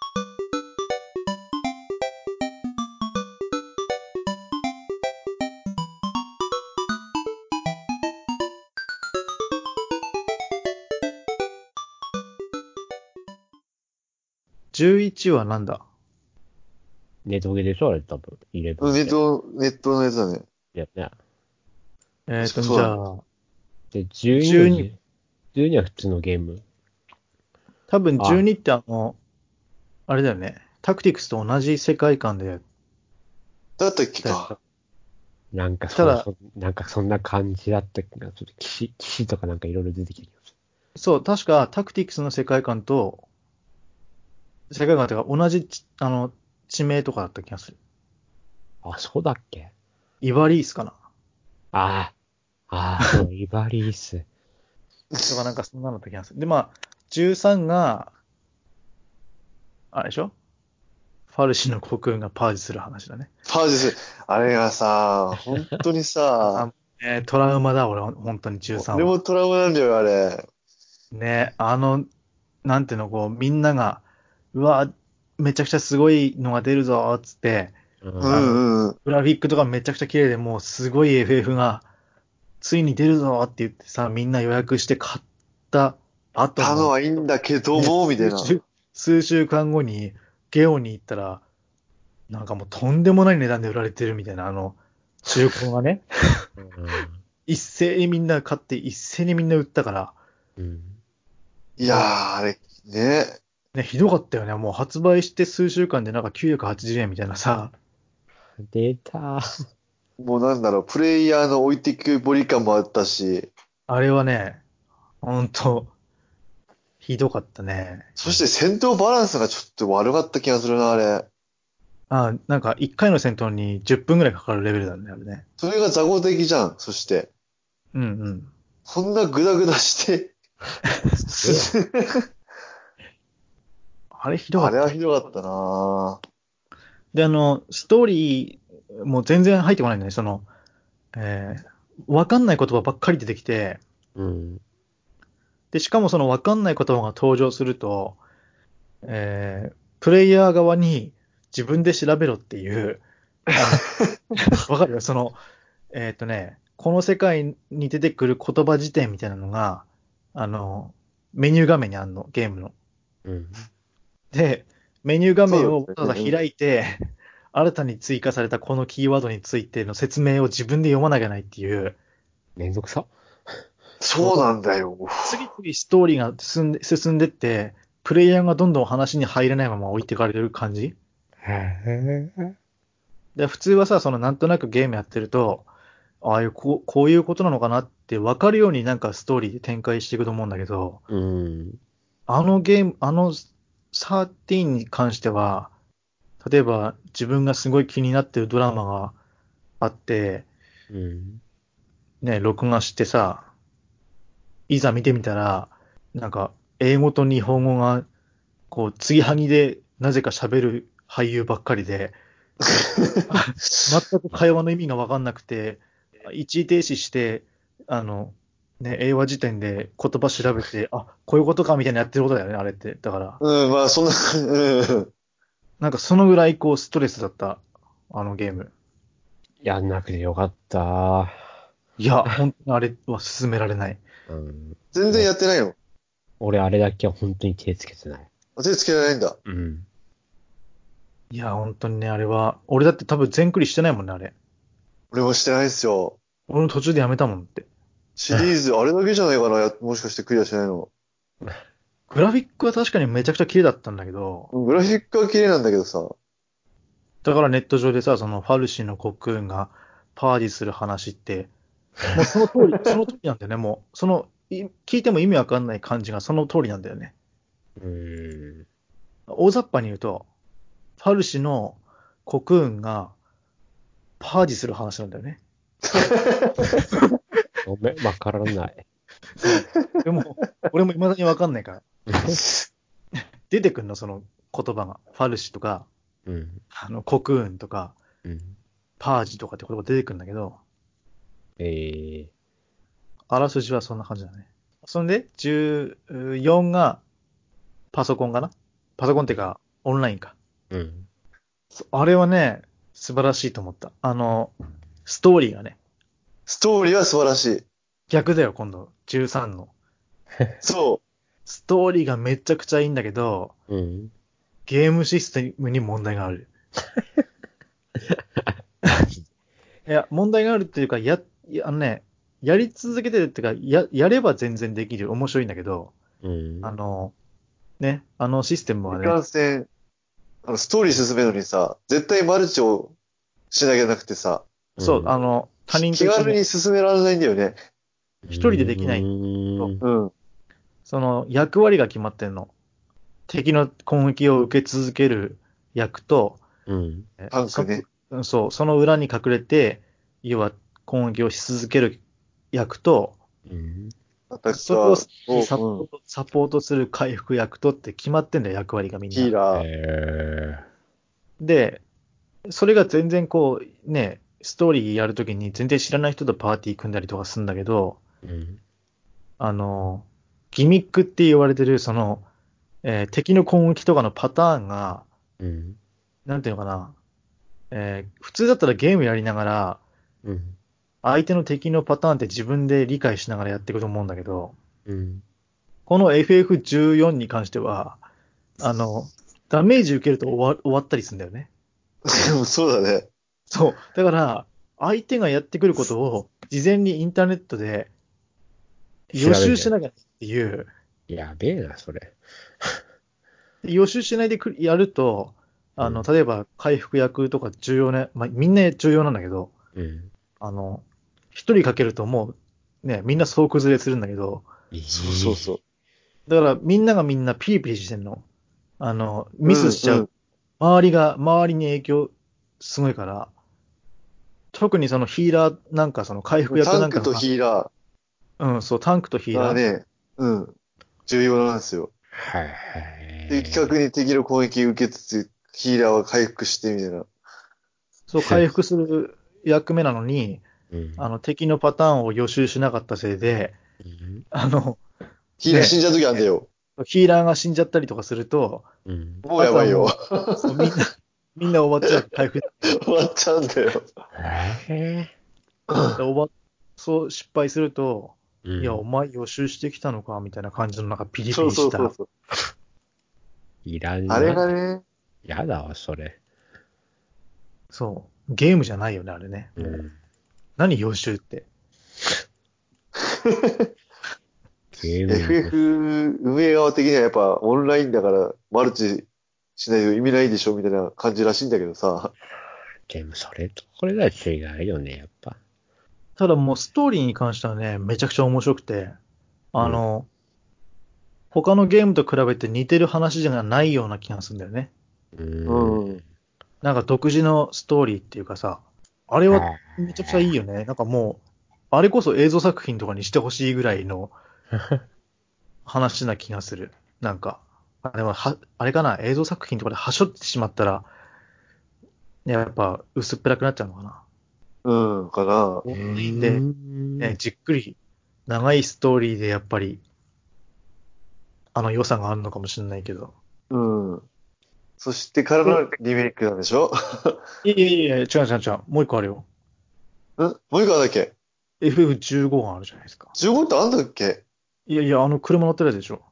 11はなんだ？ ネトゲでしょあれ多分。11 うん、 って。 ネットのやつだね。 やね。 確かそうだね。 じゃあ、 で、12は 12、 12は普通のゲーム。 多分あ、 12ってあれだよね。タクティクスと同じ世界観でやっだったっけたやつ。 か。 ただ、 なんかそんな感じだったっけな。ちょっと騎士とかなんかいろいろ出てきた気がすそう、確かタクティクスの世界観というか同じ地名とかだった気がする。 る。そうだっけ？ イバリースかなあそう、イバリース。 とかなんかそんなのだった気がする。で、まあ、13が、あれでしょ？ファルシの国軍がパージする話だね。 パージス。あれがさ、本当にさ、 トラウマだ、俺、本当に13 俺もは。 トラウマなんだよ、あれ。 ね、なんていうの、こう、みんなが、うわ、めちゃくちゃすごいのが出るぞ、つって、 ううん。 んうん。 グラフィックとかめちゃくちゃ綺麗で、もうすごい FF が、ついに出るぞって言ってさ、みんな予約して買った後の、 たのはいいんだけどね、 も、みたいな。 数週間後に、ゲオに行ったら、なんかもうとんでもない値段で売られてるみたいな、中古がね、 うん一斉にみんな買って、一斉にみんな売ったから、 うん。 いやー、 もあれ、ね。 う、ね、ひどかったよね。もう発売して数週間でなんか980円みたいなさ、 出た。 もうなんだろう、プレイヤーの置いてくぼり感もあったし、 あれはね、ほんと、ひどかったね。 そして戦闘バランスがちょっと悪かった気がするな、あれ。 なんか1回の戦闘に10分くらいかかるレベルだね、あれね。 それが雑魚的じゃん、そして。 うんうん。 こんなグダグダして、 すげえ。 あれひどかあれはった。 ひどかったな。 で、ストーリーも全然入ってこないんだね。わかんない言葉ばっかり出てきて、 うん。 で、しかもそのわかんない言葉が登場すると、プレイヤー側に自分で調べろっていう、わかるよ。この世界に出てくる言葉辞典みたいなのが、あの、メニュー画面にあんの、ゲームの。 うん。 で、メニュー画面をそうだね。 わざわざ開いて、新たに追加されたこのキーワードについての説明を自分で読まなきゃいけないっていう、 めんどくさ。 そうなんだよ。 次々ストーリーが進んでって、プレイヤーがどんどん話に入れないまま置いてかれてる感じへえ。 で、普通はさ、なんとなくゲームやってると、こういうことなのかなって分かるようになんかストーリーで展開していくと思うんだけど、 うん。 あの13に関しては、例えば自分がすごい気になってるドラマがあって、 うん。 ね、録画してさ、いざ見てみたら、なんか、英語と日本語が、こう、継ぎはぎで、なぜか喋る俳優ばっかりで、全く会話の意味がわかんなくて、一時停止して、あの、英和辞典で言葉調べて、こういうことかみたいなやってることだよね、あれって。だから、 うん、まあ、そんな、うん。 なんかそのぐらいこうストレスだった、あのゲーム。 やんなくてよかった。 いや、本当にあれは進められない。 うん。 全然やってないの？ 俺あれだけは本当に手つけてない。 手つけられないんだ。 うん。 いや、本当にね、あれは、俺だって多分全クリしてないもんね、あれ。 俺もしてないっすよ。 俺も途中でやめたもんって。 シリーズ、あれだけじゃないかな、もしかしてクリアしないの。 グラフィックは確かにめちゃくちゃ綺麗だったんだけど、 グラフィックは綺麗なんだけどさ。 だからネット上でさ、そのファルシーのコクーンがパーティーする話って、もうその通り、その通りなんだよね、もう。聞いても意味わかんない感じがその通りなんだよね。大雑把に言うと、ファルシのコクーンがパーティーする話なんだよね。 ごめん、わからない。 でも、俺も未だにわかんないから。出てくんの、その言葉が。ファルシとか、 うん。 コクーンとか、 うん。 パージとかって言葉出てくるんだけど、 えあらすじはそんな感じだね。そんで、14がパソコンかな、パソコンっていうか、オンラインか。 うん。 あれはね、素晴らしいと思った。ストーリーがね、 ストーリーは素晴らしい。 逆だよ、今度。13の。 そストーリーがめちゃくちゃいいんだけど、 うん。 ゲームシステムに問題がある。いや、問題があるっていうか、やり続けてるっていうか、やれば全然できる。面白いんだけど、 うん。 あのシステムう。いはね、 かんせん、ストーリー進めるのにさ、絶対マルチをしなきゃなくてさ、 そう、他人と一緒に気軽に進められないんだよね。 一人でできない。 うん。 うん。 その役割が決まってんの。敵の攻撃を受け続ける役と、 うん。 タンクね。 その裏に隠れて、要は攻撃をし続ける役と、 うん。 アタッそれをカーを、 サポートする回復役とって決まってんだよ、役割がみんな。 ヒーラー。 で、それが全然こう、ね、ストーリーやるときに全然知らない人とパーティー組んだりとかするんだけど、 うん。 ギミックって言われてる、敵の攻撃とかのパターンが、 うん。 なんていうのかな、普通だったらゲームやりながら、 うん。 相手の敵のパターンって自分で理解しながらやっていくと思うんだけど、 うん。 この FF14 に関しては、ダメージ受けると終わったりするんだよね。 そうだね。 そう。だから、相手がやってくることを事前にインターネットで予習しなきゃっていう、 やべえな、それ。 予習しないでやると、例えば回復役とか重要な、まあ、みんな重要なんだけど、 うん。 一人かけるともう、ね、みんな総崩れするんだけど、 そうそうそう。 だからみんながみんなピリピリしてんの。ミスしちゃう。 うんうん周りに影響すごいから、特にそのヒーラーなんかその回復役タンクとなんかが、 ヒーラうん、そう、タンクとヒーーラー。 がね、うん、重要なんですよ。 はい。 的確に敵の攻撃受けつつ、ヒーラーは回復してみたいな。 そう、回復する役目なのに、 うん。 敵のパターンを予習しなかったせいで、 うん。 ね、 ヒーラー死んじゃう時あんだよ。 ヒーラーが死んじゃったりとかすると、 うん。 もうやばいよ。 そうみんな終わっちゃう、回復。 終わっちゃうんだよ。 へでそう失敗すると、 うん。 いや、お前予習してきたのかみたいな感じのなんかピリピそうリした。 そうそうそう。 いらんあれな。 がね、 やだわ、それ。 そう。ゲームじゃないよね、あれね。もう、 うん。 何予習って。 ゲーム。 FF 運営側的にはやっぱオンラインだからマルチしないと意味ないでしょみたいな感じらしいんだけどさ。 でも、それとこれが違うよね、やっぱ。 ただもうストーリーに関してはね、めちゃくちゃ面白くて、他のゲームと比べて似てる話じゃないような気がするんだよね。 うん。 なんか独自のストーリーっていうかさ、あれはめちゃくちゃいいよね。なんかもう、あれこそ映像作品とかにしてほしいぐらいの話な気がする。なんか、あれかな、映像作品とかではしょってしまったら、やっぱ薄っぺらくなっちゃうのかな。 うん、かな。 で、ね、じっくり長いストーリーでやっぱり、良さがあるのかもしれないけど。 うん。 そしてからのリメイクなんでしょ？ いやいやいや、違う違う違う。もう一個あるよ。 もう一個あんだっけ？ FF15 があるじゃないですか。 15 ってあんだっけ？ いやいや、車乗ってるやつでしょ。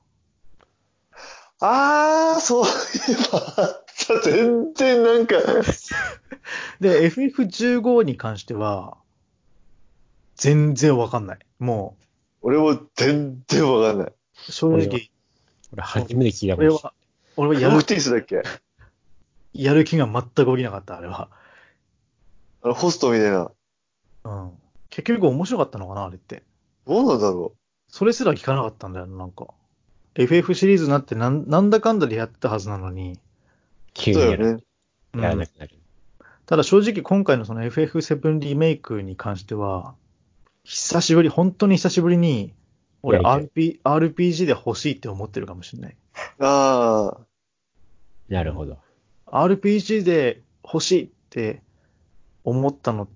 そういえばあった、全然なんか、 で、FF15 に関しては、全然わかんない。も俺も全然わかんない。 う、正俺は直、 俺初めて聞いたかもしれ俺はクロクティスだっけ？ やる気が全く起きなかった、あれは。 ホストみたいな。 うん。結局面白かったのかな、あれって。 どうなんだろそれすら聞かなかったんだよ、なんか。FF シリーズになってなんだかんだでやってたはずなのに。 う。 急にだよね。 やらなくなる。 ただ正直今回のその FF7 リメイクに関しては、本当に久しぶりに、俺やり RPG で欲しいって思ってるかもしれない。 ああ、 なるほど。 RPG で欲しいって思ったのって、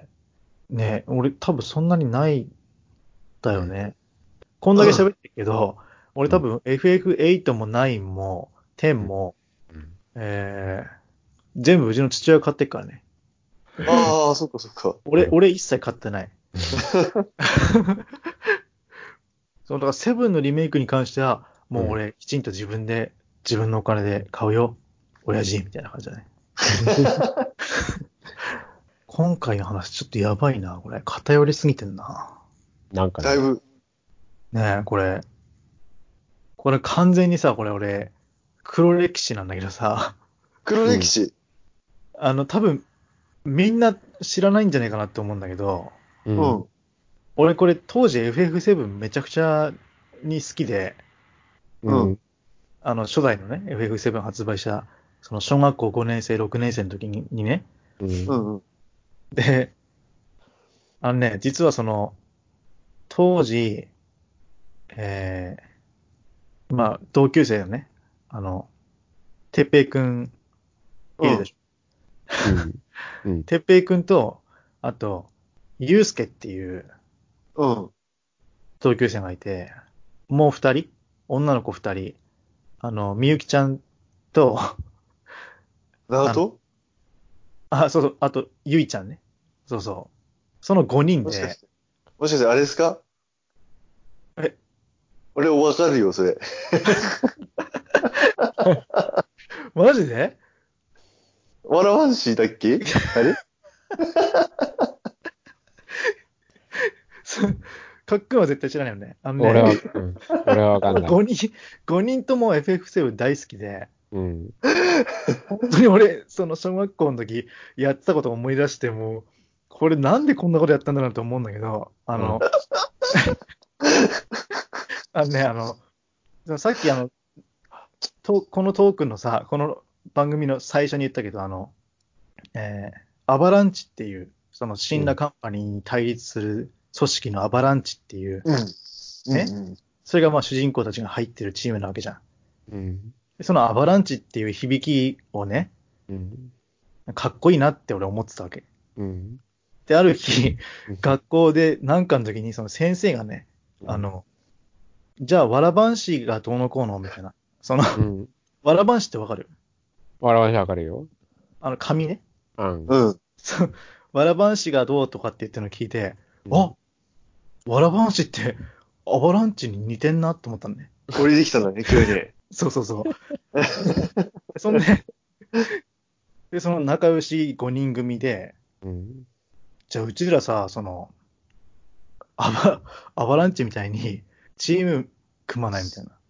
ね、俺多分そんなにないんだよね。こんだけ喋ってるけど、俺多分 FF8 も9も10も、 うん全部うちの父親が買ってっからね。 ああ、そっかそっか。 俺一切買ってない。だからセブンのリメイクに関しては、もう俺きちんと自分のお金で買うよ。親父みたいな感じだね。今回の話ちょっとやばいな、これ。偏りすぎてんな。 なんかね、 だいぶ、 ねえ、これ完全にさ、これ俺、黒歴史なんだけどさ、 黒歴史。 多分、みんな知らないんじゃないかなって思うんだけど、 う。 うんん。 俺これ当時 FF7 めちゃくちゃに好きで、 うん。 初代のね、FF7 発売した、その小学校5年生、6年生の時にね、 うん。 うんうん。 で、実は当時、えまあ、同級生のね、てっぺいくんいるでしょ。 うん。うん。 てっぺいくんと、あと、ゆうすけっていううん。 同級生がいて、もう二人、女の子二人、みゆきちゃんと、あの、 ナルト？ そうそう、あと、ゆいちゃんね。そうそう。その5人で、 もしかして、もしかしてあれですか？ え、 俺わかるよ、それ。 マジで？ わらわんしだっけ？あれ？ かっくんは絶対知らないよね。 俺はわかんない。 5人とも FF7 大好きで、 うん。 本当に俺、その小学校の時やってたことを思い出しても、これなんでこんなことやったんだろうと思うんだけど、あのね、さっきこのトークのさ、この番組の最初に言ったけど、アバランチっていう、そのシンラカンパニーに対立する組織のアバランチっていう、 うん。 ね、 うんそれがまあ主人公たちが入ってるチームなわけじゃん。 うん。 でそのアバランチっていう響きをね、 うん。 かっこいいなって俺思ってたわけ。 うん。 で、ある日、学校でなんかの時にその先生がね、 うん。 じゃあ、わらばんしがどうのこうのみたいな。 うん。 わらばんしってわかる？ 笑わしわかるよ。 紙ね。 うん。 うん。うん。 そう、わらばんしがどうとかって言ってるのを聞いて、 うんあ、わらばんしってアバランチに似てんなと思ったんね。 降りてきたんだね、急に。 そうそうそう。そんで、その仲良し5人組で、 うん。 じゃあうちらさ、アバ、アバランチみたいにチーム組まないみたいな。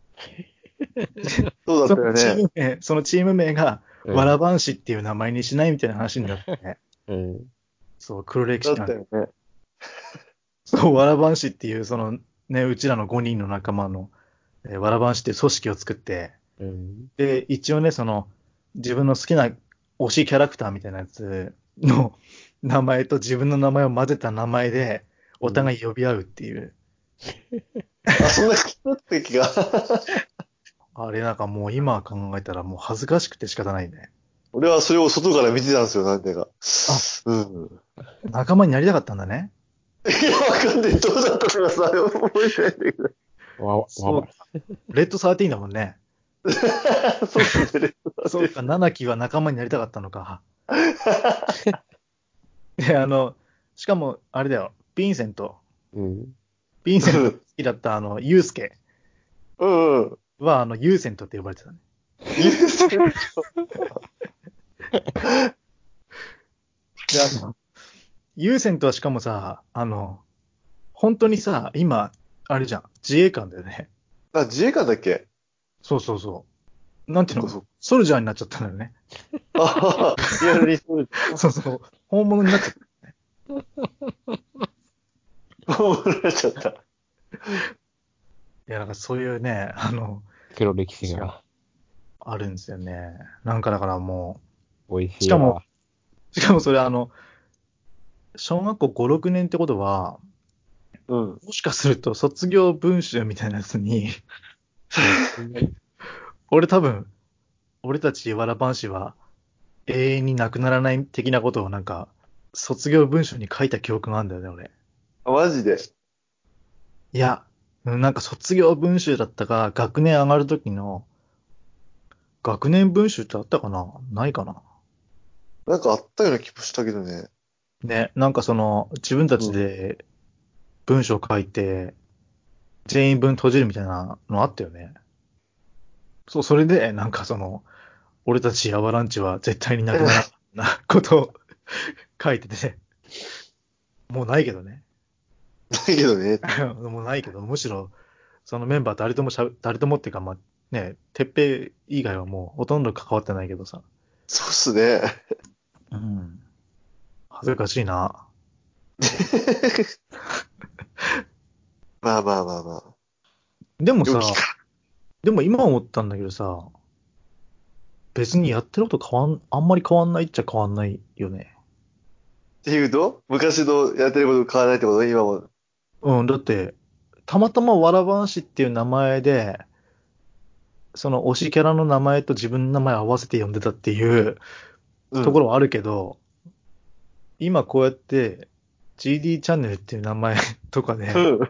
そうだったよね。 そのチーム名が、 うんわらばんしっていう名前にしないみたいな話になってね。 うん。 そう、黒歴だっ史なんで。 たよね。 そう、わらばんしっていう、うちらの5人の仲間の、わらばんしっていう組織を作って、 うん。 で、一応ね、自分の好きな推しキャラクターみたいなやつの名前と自分の名前を混ぜた名前で、お互い呼び合うっていう。 そんな気だった気が。 あれなんかもう今考えたらもう恥ずかしくて仕方ないね。 俺はそれを外から見てたんですよ、なんていうか。 あ、 うん。 仲間になりたかったんだね。 いや、わかんない。どうだったかさ、覚えてないんだけど。 わそう、 ば、 レッド13だもんね。 そうですね。 そうか、七木は仲間になりたかったのか。で、しかも、あれだよ、ヴィンセントうん。 好きだったユウスケうんうん。 は、ユーセントって呼ばれてたね。 ユーセント。 で、ユーセントはしかもさ、本当にさ、今、あれじゃん、自衛官だよね。 あ、自衛官だっけ？ そうそうそう。なんていうの、 そっか。 ソルジャーになっちゃったんだよね。 ああ、リアルにそう。 そうそう。本物になっちゃった。 もうなっちゃった。 いや、なんかそういうね、 黒歴史が。 あるんですよね。なんかだからも美味ししかもいわ。 しかもそれ小学校5、6年ってことは、 うん。 もしかすると卒業文集みたいなやつに、多分、俺たちわらばんしは永遠になくならない的なことをなんか、卒業文書に書いた記憶があるんだよね、俺。 あ、マジで。 いや、なんか卒業文集だったか、学年上がるときの、学年文集ってあったかなないかな。 なんかあったような気もしたけどね。 ね、なんか自分たうん。 ちで文章書いて、全員分閉じるみたいなのあったよね。そう、それで、なんか俺たちアバランチは絶対になくならなことを書いてて、もうないけどね。 だけどね。 もうないけど、むしろ、そのメンバー誰ともっていうか、まあ、ね、てっぺい以外はもうほとんど関わってないけどさ。 そうっすね。 うん。恥ずかしいな。 まあまあまあまあ。 でもさ、 良きか。 でも今思ったんだけどさ、別にやってることあんまり変わんないっちゃ変わんないよね。 っていうと、昔のやってること変わらないってこと？今も。 うん、だって、たまたまわらばんしっていう名前で、その推しキャラの名前と自分の名前合わせて呼んでたっていううん。 ところはあるけど、今こうやって GD チャンネルっていう名前とかで、 うん。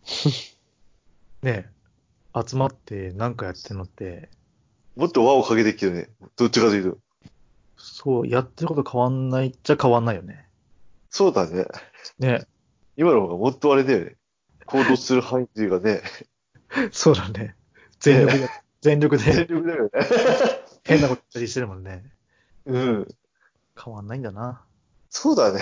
ね、集まってなんかやってるのって、 もっと輪をかけてきてるね。どっちかというと。 そう、やってること変わんないっちゃ変わんないよね。 そうだね。 ね、 今の方がもっとあれだよね。行動する範囲がね。 そうだね。全ね。 力で、全力全で力だよね。 変なことしたりしてるもんね。 うん。 変わんないんだな。 そうだね。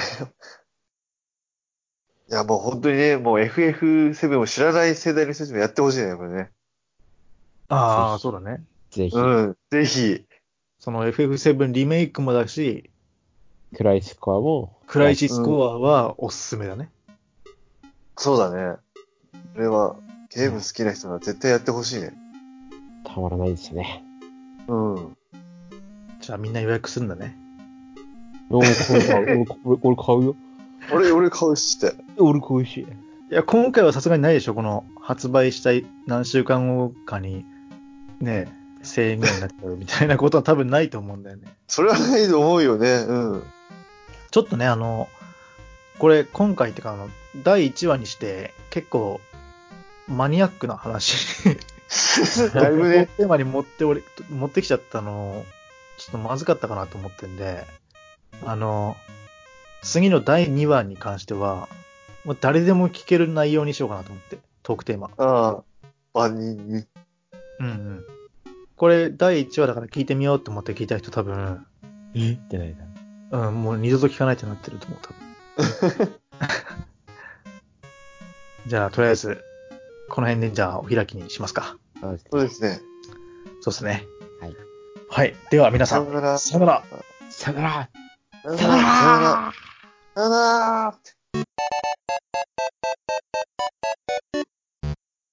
いや、もう本当にね、もう FF7 を知らない世代の人たちもやってほしいね、これね。 ああ、 ぜひ、 そうだね。 ぜひ、 うん。ぜひ。 その FF7 リメイクもだし、 クライスコアもクライシスうん。 コアはおすすめだね。 そうだね。これは、ゲーム好きな人は絶対やってほしいね。 たまらないですね。 うん。 じゃあみんな予約するんだね。 これ買う。俺買うよ。 俺買うしって。 俺買うし。 いや、今回はさすがにないでしょ。この発売したい何週間後かに、ね、1000円ぐらいになっちゃうみたいなことは多分ないと思うんだよね。 それはないと思うよね。うん。 ちょっとね、これ今回ってか、第1話にして結構マニアックな話だいぶね。 テーマに持ってきちゃったの、ちょっとまずかったかなと思ってんで、次の第2話に関しては、もう誰でも聞ける内容にしようかなと思って、トークテーマ。 ああ。万人に。 うんうん。これ第1話だから聞いてみようと思って聞いた人多分、 ってないだ。 うん、もう二度と聞かないってなってると思う、多分。じゃあ、とりあえず、この辺でじゃあお開きにしますか。 そうですね。 そうですね。 はい。 はい。では皆さん、 さよなら。 さよなら。 さよなら。 さよなら。さよなら。さよなら。